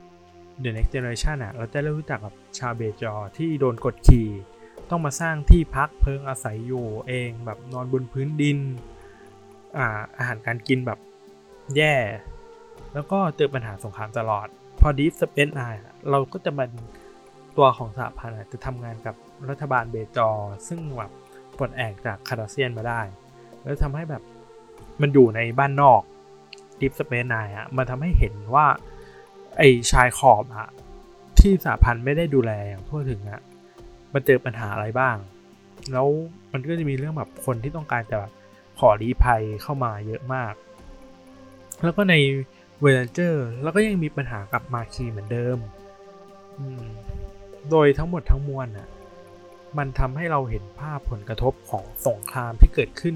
The Next Generation อ่ะเราจะได้รู้จักกับชาวเบจอที่โดนกดขี่ต้องมาสร้างที่พักเพิงอาศัยอยู่เองแบบนอนบนพื้นดินอ่าอาหารการกินแบบแย่แล้วก็เจอปัญหาสงครามตลอดพอ Deep Space Nine เราก็จะเป็นตัวของสหพันธ์จะทำงานกับรัฐบาลเบจอซึ่งแบบปลดแอกจากคาดาเซียนมาได้แล้วทำให้แบบมันอยู่ในบ้านนอก Deep Space Nine อ่ะมันทำให้เห็นว่าไอ้ชายขอบอ่ะที่สหพันธ์ไม่ได้ดูแลอย่างทั่วถึงอ่ะมันเจอปัญหาอะไรบ้างแล้วมันก็จะมีเรื่องแบบคนที่ต้องการจะขอลี้ภัยเข้ามาเยอะมากแล้วก็ใน Voyager แล้วก็ยังมีปัญหากับมาคีเหมือนเดิมโดยทั้งหมดทั้งมวลน่ะมันทำให้เราเห็นภาพผลกระทบของสงครามที่เกิดขึ้น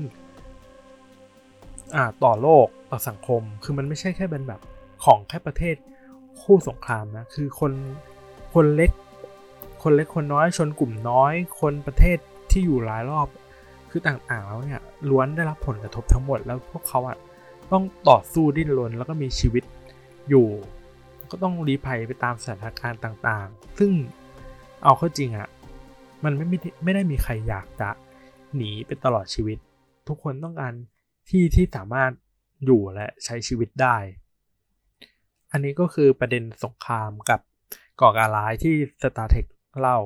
อ่าต่อโลกต่อสังคมคือมันไม่ใช่แค่เป็นแบบของแค่ประเทศคู่สงครามนะคือคนคนเล็กคนเล็กคนน้อยชนกลุ่มน้อยคนประเทศที่อยู่หลายรอบคือต่างๆแล้วเนี่ยล้วนได้รับผลกระทบทั้งหมดแล้วพวกเขาอ่ะต้องต่อสู้ดิ้นรนแล้วก็มีชีวิตอยู่ก็ต้องลี้ภัยไปตามสถานการณ์ต่างๆซึ่งเอาเข้าจริงอ่ะมันไม่ไม่ได้มีใครอยากจะหนีไปตลอดชีวิตทุกคนต้องการที่ที่สามารถอยู่และใช้ชีวิตได้อันนี้ก็คือประเด็นสงครามกับก่อการร้ายที่ Star Trek เล่า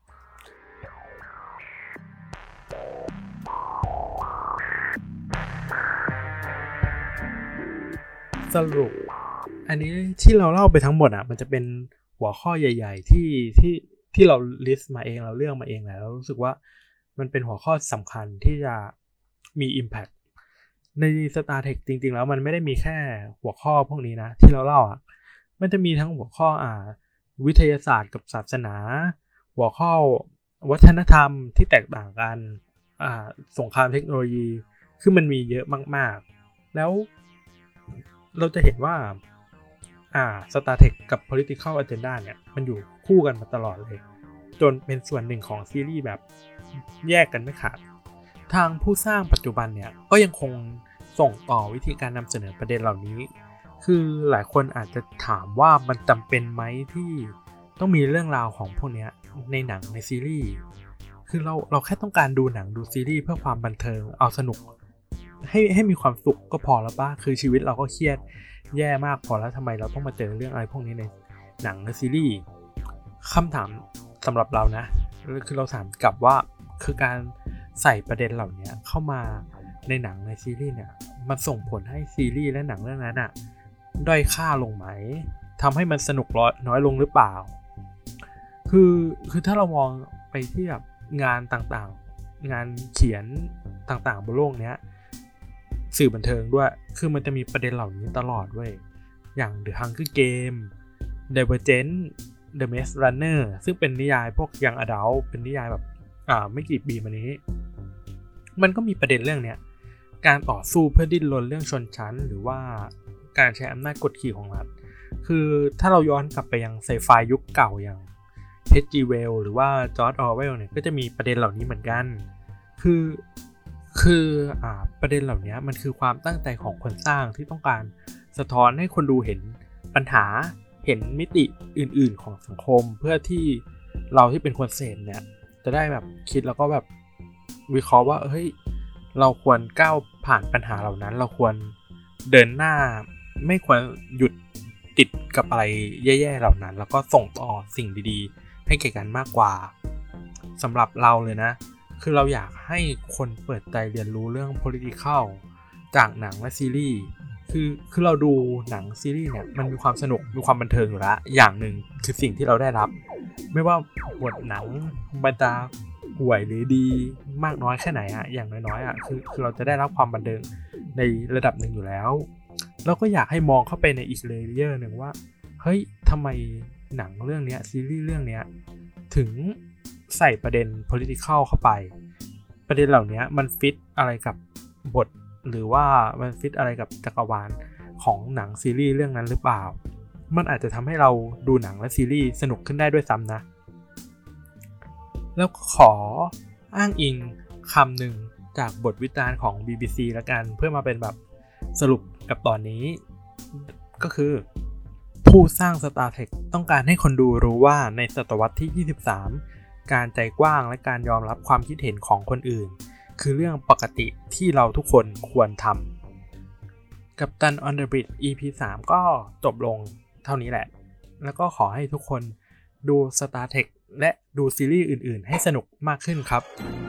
สรุปอันนี้ที่เราเล่าไปทั้งหมดอ่ะมันจะเป็นหัวข้อใหญ่ๆที่ที่ที่เราลิสต์มาเองเราเลือกมาเองแหละแล้วรู้สึกว่ามันเป็นหัวข้อสำคัญที่จะมี impact ใน Star Trek จริงๆแล้วมันไม่ได้มีแค่หัวข้อพวกนี้นะที่เราเล่าอ่ะมันจะมีทั้งหัวข้ออ่าวิทยาศาสตร์กับศาสนาหัวข้อวัฒนธรรมที่แตกต่างกันอ่าสงครามเทคโนโลยีคือมันมีเยอะมากๆแล้วเราจะเห็นว่าอ่า Star Trek กับ political agenda เนี่ยมันอยู่คู่กันมาตลอดเลยจนเป็นส่วนหนึ่งของซีรีส์แบบแยกกันไม่ขาดทางผู้สร้างปัจจุบันเนี่ยก็ยังคงส่งต่อวิธีการนำเสนอประเด็นเหล่านี้คือหลายคนอาจจะถามว่ามันจำเป็นไหมที่ต้องมีเรื่องราวของพวกนี้ในหนังในซีรีส์คือเราเราแค่ต้องการดูหนังดูซีรีส์เพื่อความบันเทิงเอาสนุกให้ให้มีความสุขก็พอแล้วป่ะคือชีวิตเราก็เครียดแย่มากพอแล้วทำไมเราต้องมาเจอเรื่องอะไรพวกนี้ในหนังในซีรีส์คำถามสำหรับเรานะคือเราถามกลับว่าคือการใส่ประเด็นเหล่านี้เข้ามาในหนังในซีรีส์เนี่ยมันส่งผลให้ซีรีส์และหนังเรื่องนั้นอ่ะด้อยค่าลงไหมทำให้มันสนุกน้อยลงหรือเปล่าคือคือถ้าเรามองไปที่แบบงานต่างๆงานเขียนต่างๆบนโลกเนี้ยสื่อบันเทิงด้วยคือมันจะมีประเด็นเหล่านี้ตลอดเว้ยอย่าง The Hunger Game Divergent The Maze Runner ซึ่งเป็นนิยายพวก Young Adult เป็นนิยายแบบอ่าไม่กี่ปีมานี้มันก็มีประเด็นเรื่องเนี้ยการต่อสู้เพื่อดิ้นรนเรื่องชนชั้นหรือว่าการใช้อำนาจกดขี่ของรัฐคือถ้าเราย้อนกลับไปยังไซไฟยุคเก่าอย่าง เอช จี Wells หรือว่า George Orwell เนี่ยก็จะมีประเด็นเหล่านี้เหมือนกันคือคืออ่าประเด็นเหล่านี้มันคือความตั้งใจของคนสร้างที่ต้องการสะท้อนให้คนดูเห็นปัญหาเห็นมิติอื่นๆของสังคมเพื่อที่เราที่เป็นคนเสพเนี่ยจะได้แบบคิดแล้วก็แบบวิเคราะห์ว่าเฮ้ยเราควรก้าวผ่านปัญหาเหล่านั้นเราควรเดินหน้าไม่ควรหยุดติดกับอะไรแย่ๆเหล่านั้นแล้วก็ส่งต่อสิ่งดีๆให้แก่กันมากกว่าสำหรับเราเลยนะคือเราอยากให้คนเปิดใจเรียนรู้เรื่อง political จากหนังและซีรีส์คือคือเราดูหนังซีรีส์เนี่ยมันมีความสนุกมีความบันเทิงอยู่แล้วอย่างหนึ่งคือสิ่งที่เราได้รับไม่ว่าบทหนังมันจะห่วยหรือดีมากน้อยแค่ไหนอะอย่างน้อยๆอะคือคือเราจะได้รับความบันเทิงในระดับหนึ่งอยู่แล้วแล้วก็อยากให้มองเข้าไปในอีกเลเยอร์หนึ่งว่าเฮ้ยทำไมหนังเรื่องนี้ซีรีส์เรื่องนี้ถึงใส่ประเด็น political เข้าไปประเด็นเหล่านี้มันฟิตอะไรกับบทหรือว่ามันฟิตอะไรกับจักรวาลของหนังซีรีส์เรื่องนั้นหรือเปล่ามันอาจจะทำให้เราดูหนังและซีรีส์สนุกขึ้นได้ด้วยซ้ำนะแล้วขออ้างอิงคำหนึ่งจากบทวิจารณ์ของ บี บี ซี ละกันเพื่อมาเป็นแบบสรุปกับตอนนี้ก็คือผู้สร้าง Star Trek ต้องการให้คนดูรู้ว่าในศตวรรษที่ยี่สิบสามการใจกว้างและการยอมรับความคิดเห็นของคนอื่นคือเรื่องปกติที่เราทุกคนควรทำกัปตัน on the Bridge อี พี สามก็จบลงเท่านี้แหละแล้วก็ขอให้ทุกคนดู Star Trek และดูซีรีส์อื่นๆให้สนุกมากขึ้นครับ